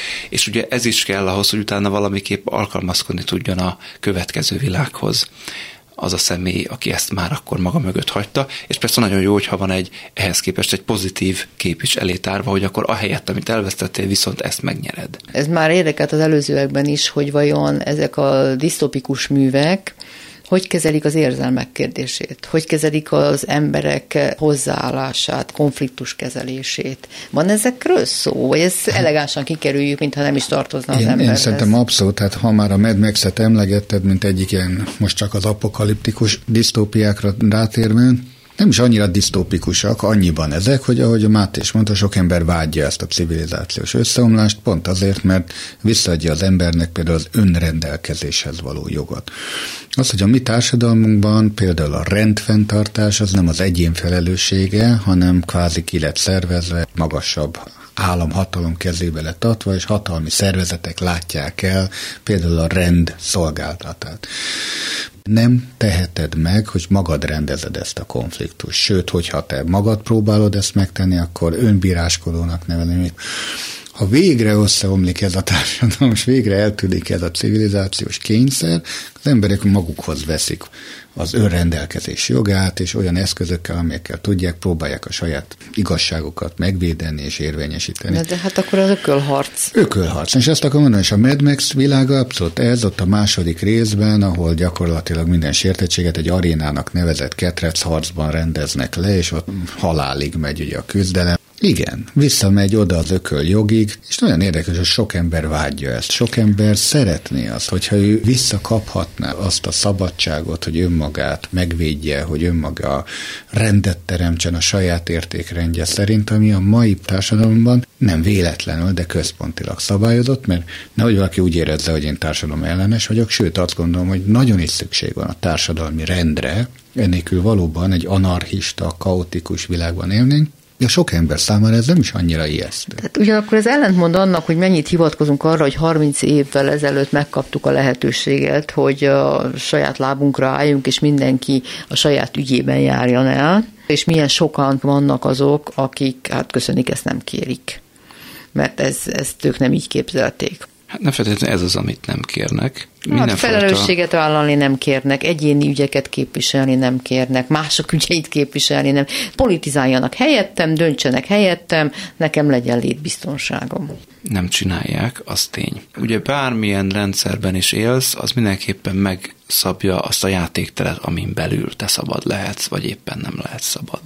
és ugye ez is kell ahhoz, hogy utána valamiképp alkalmazkodni tudjon a következő világhoz az a személy, aki ezt már akkor maga mögött hagyta, és persze nagyon jó, hogyha van ehhez képest egy pozitív kép is elétárva, hogy akkor ahelyett, amit elvesztettél, viszont ezt megnyered. Ez már érdekelt az előzőekben is, hogy vajon ezek a disztopikus művek hogy kezelik az érzelmek kérdését, hogy kezelik az emberek hozzáállását, konfliktus kezelését. Van ezekről szó, vagy ezt elegánsan kikerüljük, mintha nem is tartozna az emberhez? Én szerintem abszolút, tehát ha már a Mad Max-et emlegetted, mint egyik ilyen most csak az apokaliptikus disztópiákra rátérve, nem is annyira disztópikusak, annyiban ezek, hogy ahogy a Máté is mondta, sok ember vágyja ezt a civilizációs összeomlást, pont azért, mert visszaadja az embernek például az önrendelkezéshez való jogot. Az, hogy a mi társadalmunkban például a rendfenntartás az nem az egyén felelőssége, hanem kvázi ki lett szervezve, magasabb államhatalom kezébe lett adva, és hatalmi szervezetek látják el például a rend szolgáltatát. Nem teheted meg, hogy magad rendezed ezt a konfliktust. Sőt, hogyha te magad próbálod ezt megtenni, akkor önbíráskodónak nevezni. Ha végre összeomlik ez a társadalom, és végre eltűnik ez a civilizációs kényszer, az emberek magukhoz veszik az önrendelkezés jogát, és olyan eszközökkel, amelyekkel tudják, próbálják a saját igazságokat megvédeni és érvényesíteni. De hát akkor az ökölharc. Ökölharc. És ezt akarom mondani, és a Mad Max világa abszolút ez ott a második részben, ahol gyakorlatilag minden sértettséget egy arénának nevezett ketrecharcban rendeznek le, és ott halálig megy ugye a küzdelem. Igen, visszamegy oda az ököljogig, és nagyon érdekes, hogy sok ember vágyja ezt. Sok ember szeretné azt, hogyha ő visszakaphatná azt a szabadságot, hogy önmagát megvédje, hogy önmaga rendet teremtsen a saját értékrendje szerint, ami a mai társadalomban nem véletlenül, de központilag szabályozott, mert nehogy valaki úgy érezze, hogy én társadalom ellenes vagyok, sőt azt gondolom, hogy nagyon is szükség van a társadalmi rendre, ennélkül valóban egy anarchista, kaotikus világban élnénk. Ja, sok ember számára ez nem is annyira ijesztő. Tehát ugyanakkor ez ellentmond annak, hogy mennyit hivatkozunk arra, hogy 30 évvel ezelőtt megkaptuk a lehetőséget, hogy a saját lábunkra álljunk, és mindenki a saját ügyében járjon el, és milyen sokan vannak azok, akik hát köszönik, ezt nem kérik. Mert ezt ők nem így képzelték. Hát nem feltétlenül ez az, amit nem kérnek. Hát felelősséget vállalni nem kérnek, egyéni ügyeket képviselni nem kérnek, mások ügyeit képviselni nem. Politizáljanak helyettem, döntsenek helyettem, nekem legyen létbiztonságom. Nem csinálják, az tény. Ugye bármilyen rendszerben is élsz, az mindenképpen megszabja azt a játékteret, amin belül te szabad lehetsz, vagy éppen nem lehetsz szabad.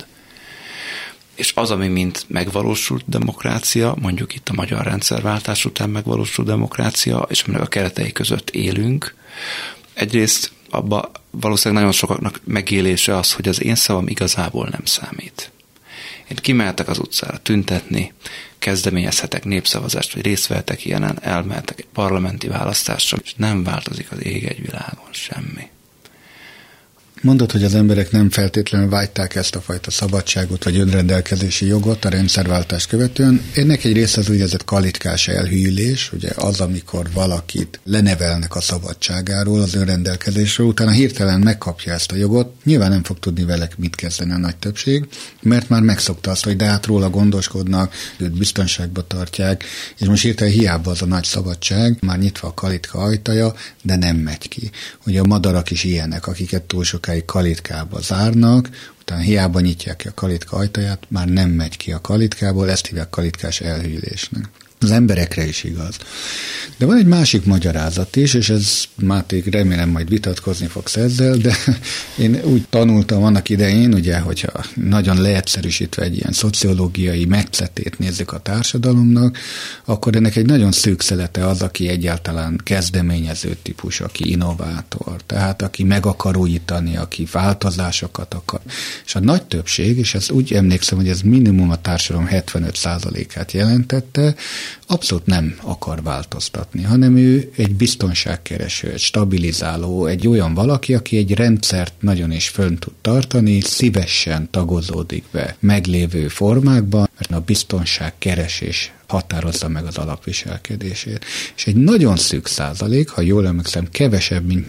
És az, ami mint megvalósult demokrácia, mondjuk itt a magyar rendszerváltás után megvalósult demokrácia, és aminek a keretei között élünk, egyrészt abban valószínűleg nagyon sokaknak megélése az, hogy az én szavam igazából nem számít. Én kimehetek az utcára tüntetni, kezdeményezhetek népszavazást, vagy részt vehetek ilyenen, elmehetek egy parlamenti választásra, és nem változik az ég egy világon semmi. Mondod, hogy az emberek nem feltétlenül vágyták ezt a fajta szabadságot vagy önrendelkezési jogot a rendszerváltást követően. Ennek egy része az úgynevezett kalitkás elhűlés, ugye az, amikor valakit lenevelnek a szabadságáról, az önrendelkezésről, utána hirtelen megkapja ezt a jogot, nyilván nem fog tudni vele mit kezdeni a nagy többség, mert már megszokta azt, hogy de hát róla gondoskodnak, őt biztonságba tartják, és most hirtelen hiába az a nagy szabadság, már nyitva a kalitka ajtaja, de nem megy ki. Ugye a madarak is ilyenek, akiket túl sokáig kalitkába zárnak, utána hiába nyitják ki a kalitka ajtaját, már nem megy ki a kalitkából, ezt hívják kalitkás elhűlésnek. Az emberekre is igaz. De van egy másik magyarázat is, és ez Máté, remélem majd vitatkozni fogsz ezzel, de én úgy tanultam annak idején, ugye, hogyha nagyon leegyszerűsítve egy ilyen szociológiai megcetét nézzük a társadalomnak, akkor ennek egy nagyon szűk szelete az, aki egyáltalán kezdeményező típus, aki innovátor, tehát aki meg akar újítani, aki változásokat akar. És a nagy többség, és ezt úgy emlékszem, hogy ez minimum a társadalom 75%-át jelentette, abszolút nem akar változtatni, hanem ő egy biztonságkereső, egy stabilizáló, egy olyan valaki, aki egy rendszert nagyon is fönn tud tartani, szívesen tagozódik be meglévő formákban, mert a biztonságkeresés határozza meg az alapviselkedését. És egy nagyon szűk százalék, ha jól emlékszem, kevesebb, mint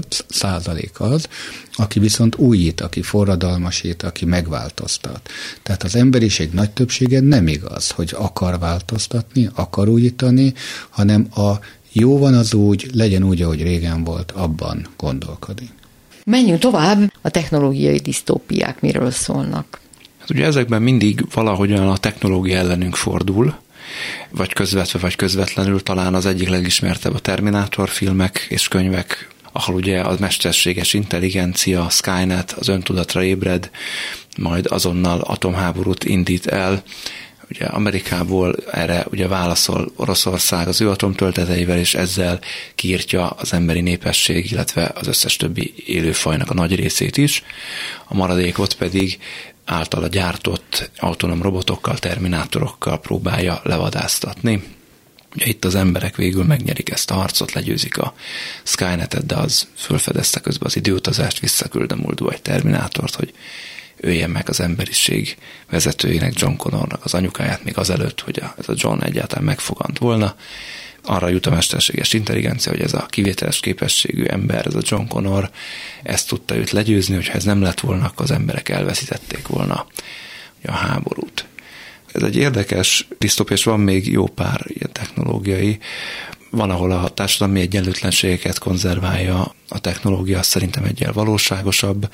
8% az, aki viszont újít, aki forradalmasít, aki megváltoztat. Tehát az emberiség nagy többsége nem igaz, hogy akar változtatni, akar újítani, hanem a jó van az úgy, legyen úgy, ahogy régen volt, abban gondolkodik. Menjünk tovább, a technológiai disztópiák miről szólnak? Hát ugye ezekben mindig valahogyan a technológia ellenünk fordul, vagy közvetve, vagy közvetlenül, talán az egyik legismertebb a Terminátor filmek és könyvek, ahol ugye a mesterséges intelligencia, Skynet az öntudatra ébred, majd azonnal atomháborút indít el. Ugye Amerikából erre ugye válaszol Oroszország az ő atomtölteteivel, és ezzel kiirtja az emberi népesség, illetve az összes többi élőfajnak a nagy részét is. A maradékot pedig általa gyártott autonóm robotokkal, terminátorokkal próbálja levadáztatni. Ugye itt az emberek végül megnyerik ezt a harcot, legyőzik a Skynetet, de az fölfedezte közben az időutazást, visszaküld a múltba egy terminátort, hogy öljen meg az emberiség vezetőjének, John Connornak az anyukáját, még azelőtt, hogy ez a John egyáltalán megfogant volna. Arra jut a mesterséges intelligencia, hogy ez a kivételes képességű ember, ez a John Connor, ezt tudta őt legyőzni, hogyha ez nem lett volna, akkor az emberek elveszítették volna a háborút. Ez egy érdekes disztópia, és van még jó pár ilyen technológiai. Van, ahol a társadalmi egyenlőtlenségeket konzerválja a technológia, szerintem egyel valóságosabb,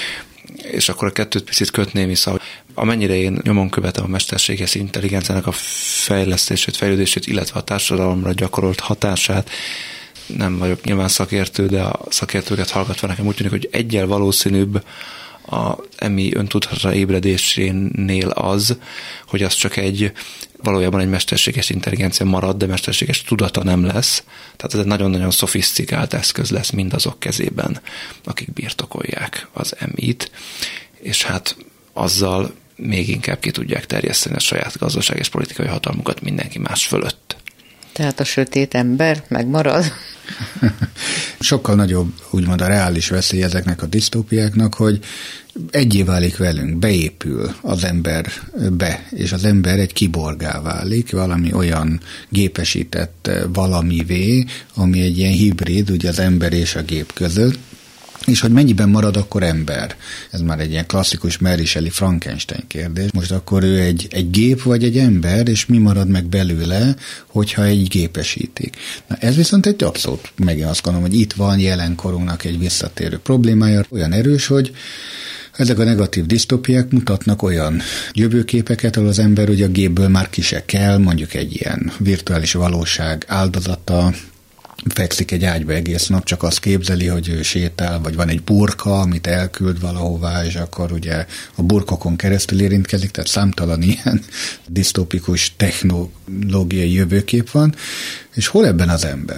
és akkor a kettőt picit kötném vissza, amennyire én nyomon követem a mesterséges intelligenciának a fejlesztését, fejlődését, illetve a társadalomra gyakorolt hatását, nem vagyok nyilván szakértő, de a szakértőket hallgatva nekem úgy tűnik, hogy egyel valószínűbb a EMI öntudatra ébredésénél az, hogy az csak valójában egy mesterséges intelligencia marad, de mesterséges tudata nem lesz. Tehát ez egy nagyon-nagyon szofisztikált eszköz lesz mindazok kezében, akik birtokolják az EMI-t, és hát azzal még inkább ki tudják terjeszteni a saját gazdaság és politikai hatalmukat mindenki más fölött. Tehát a sötét ember megmarad? Sokkal nagyobb, úgymond a reális veszély ezeknek a disztópiáknak, hogy egyé válik velünk, beépül az emberbe, és az ember egy kiborgá válik, valami olyan gépesített valamivé, ami egy ilyen hibrid, ugye az ember és a gép között, és hogy mennyiben marad akkor ember? Ez már egy ilyen klasszikus Mary Shelley Frankenstein kérdés. Most akkor ő egy gép vagy egy ember, és mi marad meg belőle, hogyha egy gépesítik? Na ez viszont egy abszolút, megint azt gondolom, hogy itt van jelenkorunknak egy visszatérő problémája, olyan erős, hogy ezek a negatív disztópiák mutatnak olyan jövőképeket, ahol az ember ugye a gépből már ki se kell, mondjuk egy ilyen virtuális valóság áldozata, fekszik egy ágyba egész nap, csak azt képzeli, hogy ő sétál, vagy van egy burka, amit elküld valahová, és akkor ugye a burkokon keresztül érintkezik, tehát számtalan ilyen disztópikus technológiai jövőkép van, és hol ebben az ember?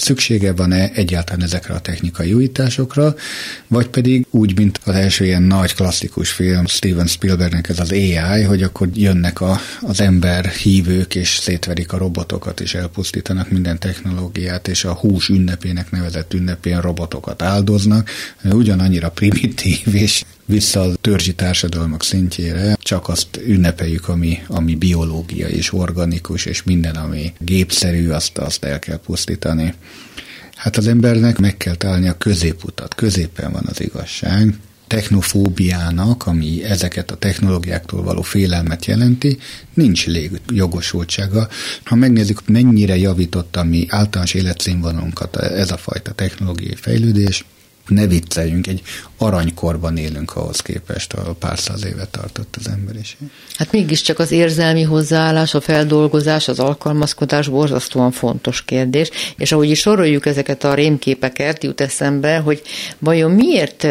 szüksége van-e egyáltalán ezekre a technikai újításokra, vagy pedig úgy, mint az első ilyen nagy klasszikus film Steven Spielbergnek ez az AI, hogy akkor jönnek az ember hívők, és szétverik a robotokat, és elpusztítanak minden technológiát, és a hús ünnepének nevezett ünnepén robotokat áldoznak, ugyanannyira primitív, és vissza a törzsi társadalmak szintjére, csak azt ünnepeljük, ami biológia és organikus, és minden, ami gépszerű, azt el kell pusztítani. Hát az embernek meg kell találni a középutat, középen van az igazság. Technofóbiának, ami ezeket a technológiáktól való félelmet jelenti, nincs létjogosultsága. Ha megnézzük, mennyire javított a mi általános életszínvonalunkat ez a fajta technológiai fejlődés, ne vicceljünk, egy aranykorban élünk ahhoz képest, ahol pár száz éve tartott az emberiség. Hát mégiscsak az érzelmi hozzáállás, a feldolgozás, az alkalmazkodás borzasztóan fontos kérdés, és ahogy is soroljuk ezeket a rémképeket, jut eszembe, hogy vajon miért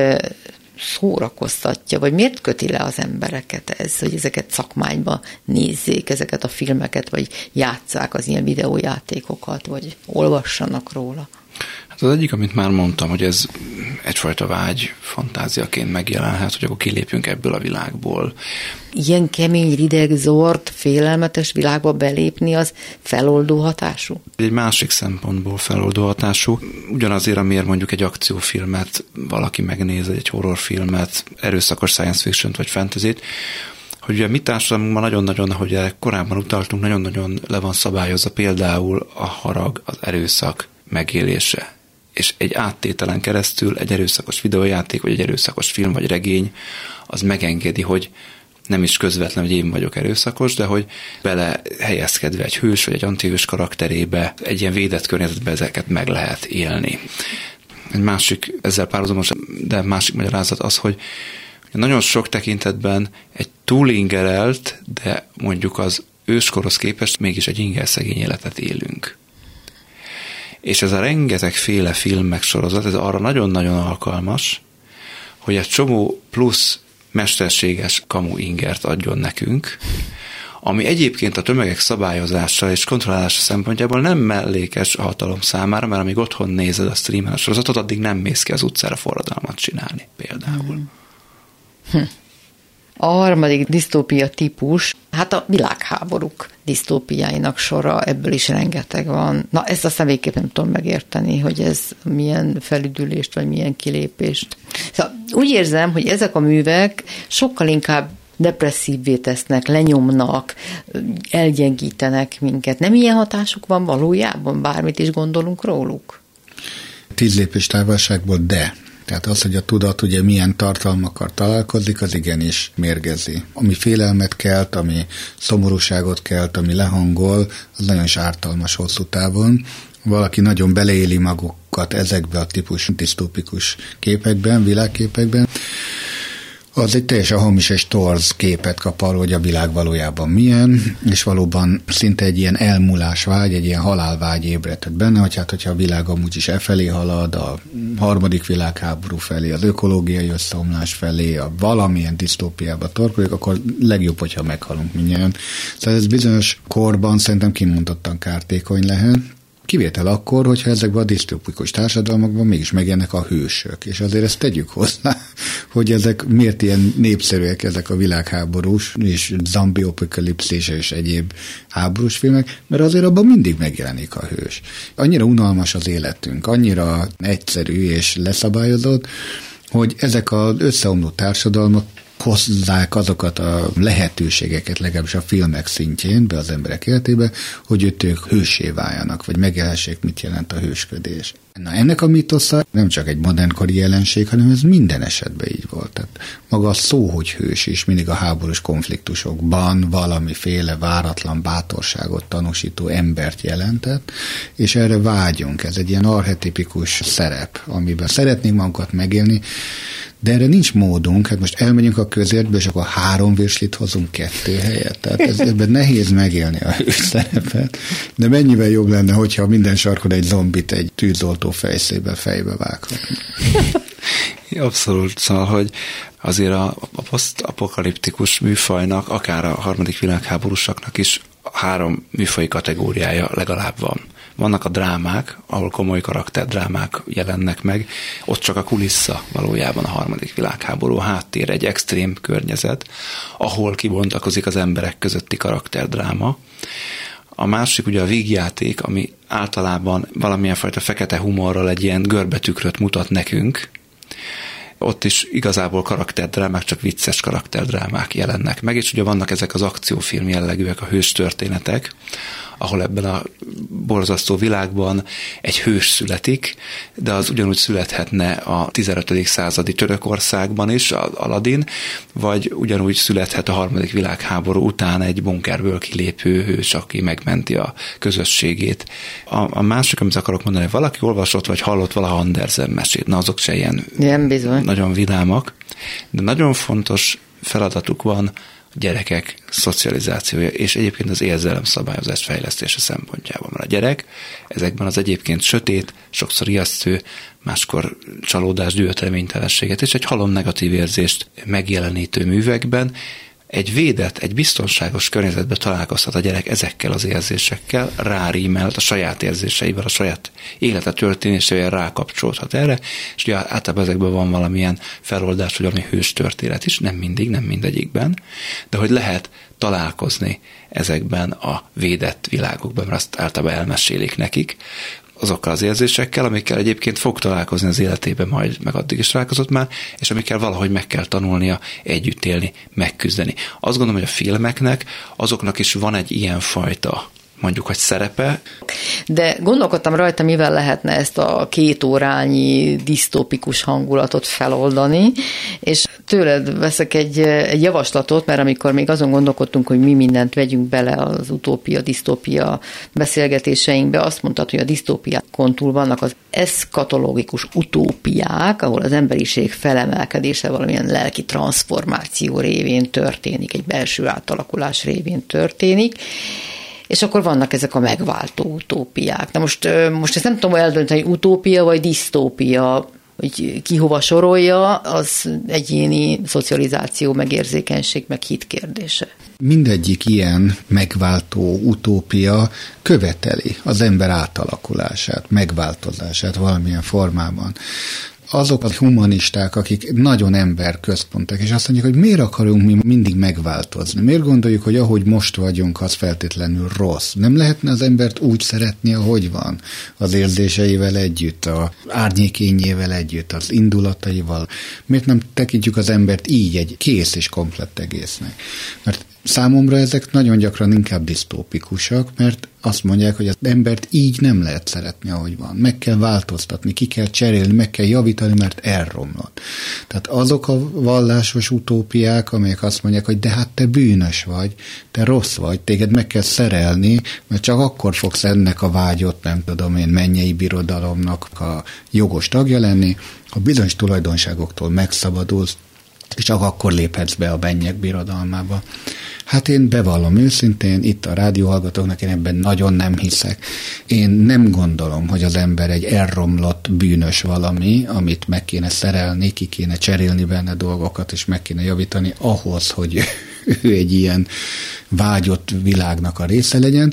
szórakoztatja, vagy miért köti le az embereket ez, hogy ezeket szakmányba nézzék, ezeket a filmeket, vagy játsszák az ilyen videójátékokat, vagy olvassanak róla. Hát az egyik, amit már mondtam, hogy ez egyfajta vágy, fantáziaként megjelenhet, hogy akkor kilépjünk ebből a világból. Ilyen kemény, rideg, zord, félelmetes világba belépni, az feloldó hatású? Egy másik szempontból feloldó hatású. Ugyanazért, amiért mondjuk egy akciófilmet valaki megnéz, egy horrorfilmet, erőszakos science fiction-t vagy fantasyt, hogy ugye mi társadalmunkban nagyon-nagyon, ahogy korábban utaltunk, nagyon-nagyon le van szabályozva például a harag, az erőszak megélése. És egy áttételen keresztül egy erőszakos videójáték, vagy egy erőszakos film, vagy regény, az megengedi, hogy nem is közvetlen, hogy én vagyok erőszakos, de hogy bele helyezkedve egy hős, vagy egy antihős karakterébe, egy ilyen védett környezetben ezeket meg lehet élni. Egy másik, ezzel párhuzamos, de másik magyarázat az, hogy nagyon sok tekintetben egy túlingerelt, de mondjuk az őskorhoz képest mégis egy ingerszegény életet élünk. És ez a rengetegféle filmek sorozat, ez arra nagyon-nagyon alkalmas, hogy egy csomó plusz mesterséges kamu ingert adjon nekünk, ami egyébként a tömegek szabályozása és kontrollálása szempontjából nem mellékes a hatalom számára, mert amíg otthon nézed a streamen a sorozatot, addig nem mész ki az utcára forradalmat csinálni például. A harmadik disztópia típus, hát a világháborúk disztópiáinak sora, ebből is rengeteg van. Na, ezt aztán végképp nem tudom megérteni, hogy ez milyen felüdülést, vagy milyen kilépést. Szóval úgy érzem, hogy ezek a művek sokkal inkább depresszívvé tesznek, lenyomnak, elgyengítenek minket. Nem ilyen hatásuk van valójában, bármit is gondolunk róluk? 10 lépés távolságból, de. Tehát az, hogy a tudat ugye milyen tartalmakkal találkozik, az igenis mérgezi. Ami félelmet kelt, ami szomorúságot kelt, ami lehangol, az nagyon is ártalmas hosszú távon. Valaki nagyon beleéli magukat ezekbe a típusú disztópikus képekben, világképekben, az egy teljesen hamis és torz képet kap arról, hogy a világ valójában milyen, és valóban szinte egy ilyen elmúlás vágy, egy ilyen halálvágy ébredhet benne, hogy hát, hogyha a világ amúgy is felé halad, a harmadik világháború felé, az ökológiai összeomlás felé, a valamilyen disztópiába torkolik, akkor legjobb, hogyha meghalunk mindjárt. Szóval ez bizonyos korban szerintem kimondottan kártékony lehet. Kivétel akkor, hogyha ezekben a disztópikus társadalmakban mégis megjelennek a hősök. És azért ezt tegyük hozzá, hogy ezek miért ilyen népszerűek ezek a világháborús és zombie-apokalipszis és egyéb háborús filmek, mert azért abban mindig megjelenik a hős. Annyira unalmas az életünk, annyira egyszerű és leszabályozott, hogy ezek az összeomló társadalmak hozzák azokat a lehetőségeket, legalábbis a filmek szintjén, be az emberek életébe, hogy ők hőssé váljanak, vagy megjelessék, mit jelent a hősködés. Na, ennek a mitosza nem csak egy modernkori jelenség, hanem ez minden esetben így volt. Tehát maga a szó, hogy hős is mindig a háborús konfliktusokban valamiféle váratlan bátorságot tanúsító embert jelentett, és erre vágyunk. Ez egy ilyen archetipikus szerep, amiben szeretnénk magunkat megélni, de erre nincs módunk, hát most elmegyünk a közértbe, és akkor 3 virslit hozunk 2 helyet. Tehát ebben nehéz megélni a hős szerepet, de mennyivel jobb lenne, hogyha minden sarkon egy zombit egy tűzoltó fejszébe fejbe vághat. Abszolút, szóval, hogy azért a posztapokaliptikus műfajnak, akár a harmadik világháborúsaknak is 3 műfaji kategóriája legalább van. Vannak a drámák, ahol komoly karakterdrámák jelennek meg, ott csak a kulissza valójában a harmadik világháború, a háttér, egy extrém környezet, ahol kibontakozik az emberek közötti karakterdráma. A másik ugye a vígjáték, ami általában valamilyen fajta fekete humorral egy ilyen görbetükröt mutat nekünk. Ott is igazából karakterdrámák, csak vicces karakterdrámák jelennek meg, és ugye vannak ezek az akciófilm jellegűek, a hős történetek, ahol ebben a borzasztó világban egy hős születik, de az ugyanúgy születhetne a 15. századi Törökországban is, Aladin, vagy ugyanúgy születhet a harmadik világháború után egy bunkerből kilépő hős, aki megmenti a közösségét. A másik, amit akarok mondani, hogy valaki olvasott vagy hallott valaha Andersen mesét, na azok se ilyen nagyon vidámak, de nagyon fontos feladatuk van a gyerekek szocializációja, és egyébként az érzelemszabályozás fejlesztése szempontjában. Mert a gyerek ezekben az egyébként sötét, sokszor ijesztő, máskor csalódás, dühöt, reménytelenséget és egy halom negatív érzést megjelenítő művekben egy védett, egy biztonságos környezetben találkozhat a gyerek ezekkel az érzésekkel, rárímelt a saját érzéseivel, a saját élete történésével rákapcsolódhat erre, és ugye általában ezekben van valamilyen feloldás, vagy valami hős történet is, nem mindig, nem mindegyikben, de hogy lehet találkozni ezekben a védett világokban, mert azt általában elmesélik nekik, azokkal az érzésekkel, amikkel egyébként fog találkozni az életében majd, meg addig is találkozott már, és amikkel valahogy meg kell tanulnia együtt élni, megküzdeni. Azt gondolom, hogy a filmeknek, azoknak is van egy ilyen fajta, mondjuk, hogy szerepe. De gondolkodtam rajta, mivel lehetne ezt a 2 órányi disztópikus hangulatot feloldani, és tőled veszek egy javaslatot, mert amikor még azon gondolkodtunk, hogy mi mindent vegyünk bele az utópia-disztópia beszélgetéseinkbe, azt mondtad, hogy a disztópiákon túl vannak az eszkatológikus utópiák, ahol az emberiség felemelkedése valamilyen lelki transformáció révén történik, egy belső átalakulás révén történik, és akkor vannak ezek a megváltó utópiák. Na most ezt nem tudom eldönteni, hogy utópia vagy disztópia, hogy ki hova sorolja, az egyéni szocializáció, megérzékenység, meg hit kérdése. Mindegyik ilyen megváltó utópia követeli az ember átalakulását, megváltozását valamilyen formában. Azok a humanisták, akik nagyon emberközpontak, és azt mondják, hogy miért akarunk mi mindig megváltozni? Miért gondoljuk, hogy ahogy most vagyunk, az feltétlenül rossz? Nem lehetne az embert úgy szeretni, ahogy van? Az érzéseivel együtt, az árnyékényével együtt, az indulataival. Miért nem tekintjük az embert így egy kész és komplett egésznek? Mert számomra ezek nagyon gyakran inkább disztópikusak, mert azt mondják, hogy az embert így nem lehet szeretni, ahogy van. Meg kell változtatni, ki kell cserélni, meg kell javítani, mert elromlott. Tehát azok a vallásos utópiák, amelyek azt mondják, hogy de hát te bűnös vagy, te rossz vagy, téged meg kell szerelni, mert csak akkor fogsz ennek a vágyott, nem tudom én, mennyei birodalomnak a jogos tagja lenni, ha bizonyos tulajdonságoktól megszabadulsz, és csak akkor léphetsz be a mennyek birodalmába. Hát én bevallom őszintén, itt a rádióhallgatóknak én ebben nagyon nem hiszek. Én nem gondolom, hogy az ember egy elromlott bűnös valami, amit meg kéne szerelni, ki kéne cserélni benne dolgokat, és meg kéne javítani ahhoz, hogy ő egy ilyen vágyott világnak a része legyen.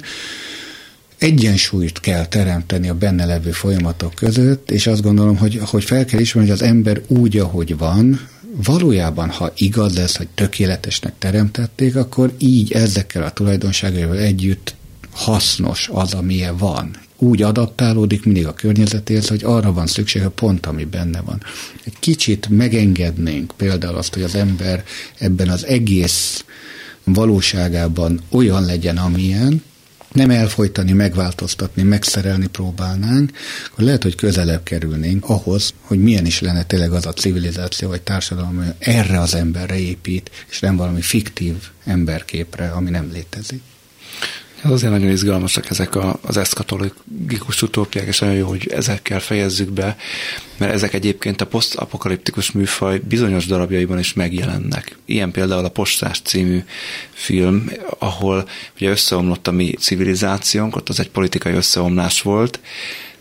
Egyensúlyt kell teremteni a benne levő folyamatok között, és azt gondolom, hogy fel kell ismerni, hogy az ember úgy, ahogy van, valójában, ha igaz lesz, hogy tökéletesnek teremtették, akkor így ezekkel a tulajdonságaival együtt hasznos az, amilyen van. Úgy adaptálódik mindig a környezetéhez, hogy arra van szükség, a pont, ami benne van. Egy kicsit megengednénk például azt, hogy az ember ebben az egész valóságában olyan legyen, amilyen, nem elfojtani, megváltoztatni, megszerelni próbálnánk, akkor lehet, hogy közelebb kerülnénk ahhoz, hogy milyen is lenne tényleg az a civilizáció vagy társadalom, hogy erre az emberre épít, és nem valami fiktív emberképre, ami nem létezik. Ez azért nagyon izgalmasak ezek az eszkatológikus utópiák, és nagyon jó, hogy ezekkel fejezzük be, mert ezek egyébként a posztapokaliptikus műfaj bizonyos darabjaiban is megjelennek. Ilyen például a Postás című film, ahol ugye összeomlott a mi civilizációnk, ott az egy politikai összeomlás volt,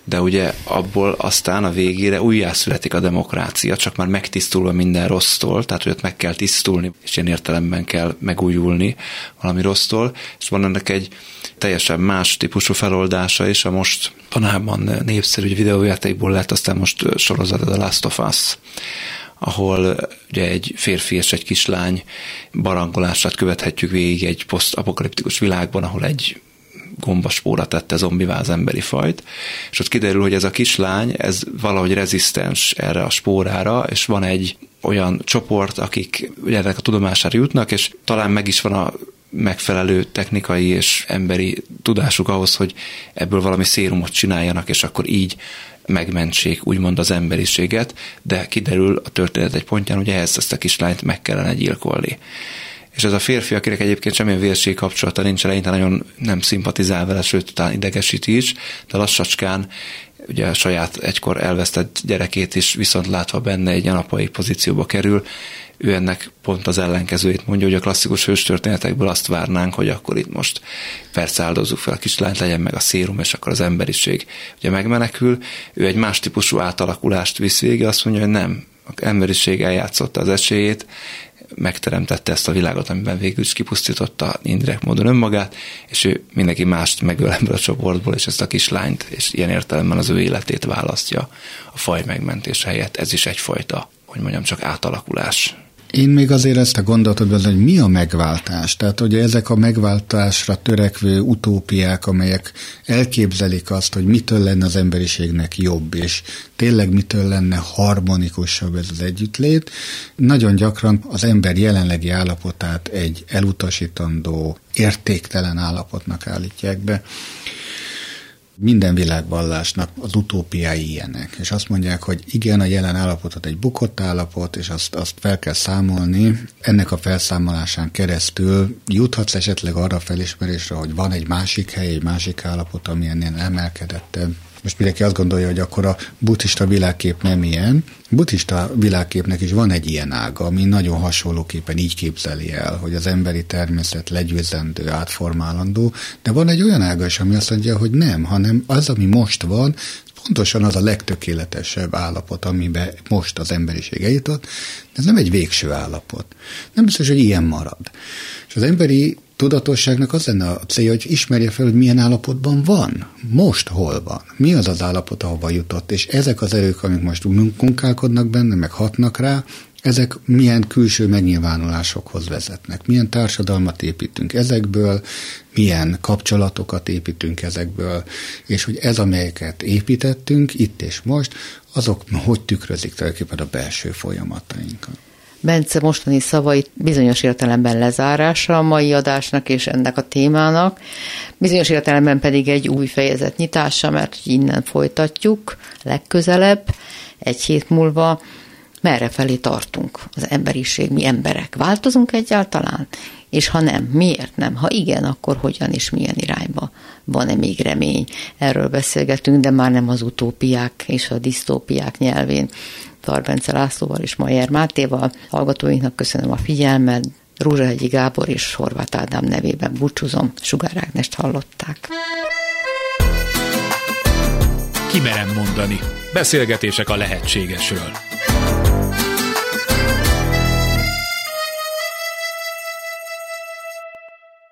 de ugye abból aztán a végére újjászületik a demokrácia, csak már megtisztulva minden rossztól, tehát hogy ott meg kell tisztulni, és ilyen értelemben kell megújulni valami rossztól, és van ennek egy teljesen más típusú feloldása is, a most tanában népszerű videójátékból lett aztán most sorozat, The Last of Us, ahol ugye egy férfi és egy kislány barangolását követhetjük végig egy posztapokaliptikus világban, ahol egy gombaspóra tette zombivá az emberi fajt, és ott kiderül, hogy ez a kislány, ez valahogy rezisztens erre a spórára, és van egy olyan csoport, akik ugye ennek a tudomására jutnak, és talán meg is van a megfelelő technikai és emberi tudásuk ahhoz, hogy ebből valami szérumot csináljanak, és akkor így megmentsék úgymond az emberiséget, de kiderül a történet egy pontján, hogy ehhez ezt a kislányt meg kellene gyilkolni. És ez a férfi, akinek egyébként semmilyen vérségi kapcsolata nincs, eleinte nagyon nem szimpatizál vele, sőt, talán idegesíti is, de lassacskán ugye a saját egykor elvesztett gyerekét is viszont látva benne egy anapai pozícióba kerül, ő ennek pont az ellenkezőjét mondja, hogy a klasszikus hőstörténetekből azt várnánk, hogy akkor itt most persze áldozzuk fel a kislányt, legyen meg a szérum, és akkor az emberiség ugye megmenekül. Ő egy más típusú átalakulást visz végig, azt mondja, hogy nem, az emberiség eljátszotta az esélyét, megteremtette ezt a világot, amiben végül is kipusztította indirekt módon önmagát, és ő mindenki mást megöl ebből a csoportból, és ezt a kislányt, és ilyen értelemben az ő életét választja a faj megmentése helyett. Ez is egyfajta, hogy mondjam, csak átalakulás. Én még azért ezt a gondolatot vezet, hogy mi a megváltás? Tehát ugye ezek a megváltásra törekvő utópiák, amelyek elképzelik azt, hogy mitől lenne az emberiségnek jobb, és tényleg mitől lenne harmonikusabb ez az együttlét, nagyon gyakran az ember jelenlegi állapotát egy elutasítandó, értéktelen állapotnak állítják be. Minden világvallásnak az utópiái ilyenek, és azt mondják, hogy igen, a jelen állapotot egy bukott állapot, és azt fel kell számolni. Ennek a felszámolásán keresztül juthatsz esetleg arra a felismerésre, hogy van egy másik hely, egy másik állapot, ami ennél emelkedettebb. Most mindenki azt gondolja, hogy akkor a buddhista világkép nem ilyen. A buddhista világképnek is van egy ilyen ága, ami nagyon hasonlóképpen így képzeli el, hogy az emberi természet legyőzendő, átformálandó, de van egy olyan ága is, ami azt mondja, hogy nem, hanem az, ami most van, pontosan az a legtökéletesebb állapot, amiben most az emberiség eljutott, de ez nem egy végső állapot. Nem biztos, hogy ilyen marad. És az emberi tudatosságnak az lenne a célja, hogy ismerje fel, hogy milyen állapotban van, most hol van, mi az az állapot, ahova jutott, és ezek az erők, amik most munkálkodnak benne, meg hatnak rá, ezek milyen külső megnyilvánulásokhoz vezetnek, milyen társadalmat építünk ezekből, milyen kapcsolatokat építünk ezekből, és hogy ez, amelyeket építettünk itt és most, azok hogy tükrözik tulajdonképpen a belső folyamatainkat. Bence mostani szavait bizonyos értelemben lezárása a mai adásnak és ennek a témának, bizonyos értelemben pedig egy új fejezet nyitása, mert innen folytatjuk legközelebb, egy hét múlva. Merre felé tartunk az emberiség, mi emberek? Változunk egyáltalán? És ha nem, miért nem? Ha igen, akkor hogyan és milyen irányba? Van-e még remény? Erről beszélgetünk, de már nem az utópiák és a disztópiák nyelvén. Tar Bence Lászlóval és Mayer Mátéval. Hallgatóinknak köszönöm a figyelmet. Rózsahegyi Gábor és Horváth Ádám nevében búcsúzom. Sugár Ágnest hallották. Kimerem mondani. Beszélgetések a lehetségesről.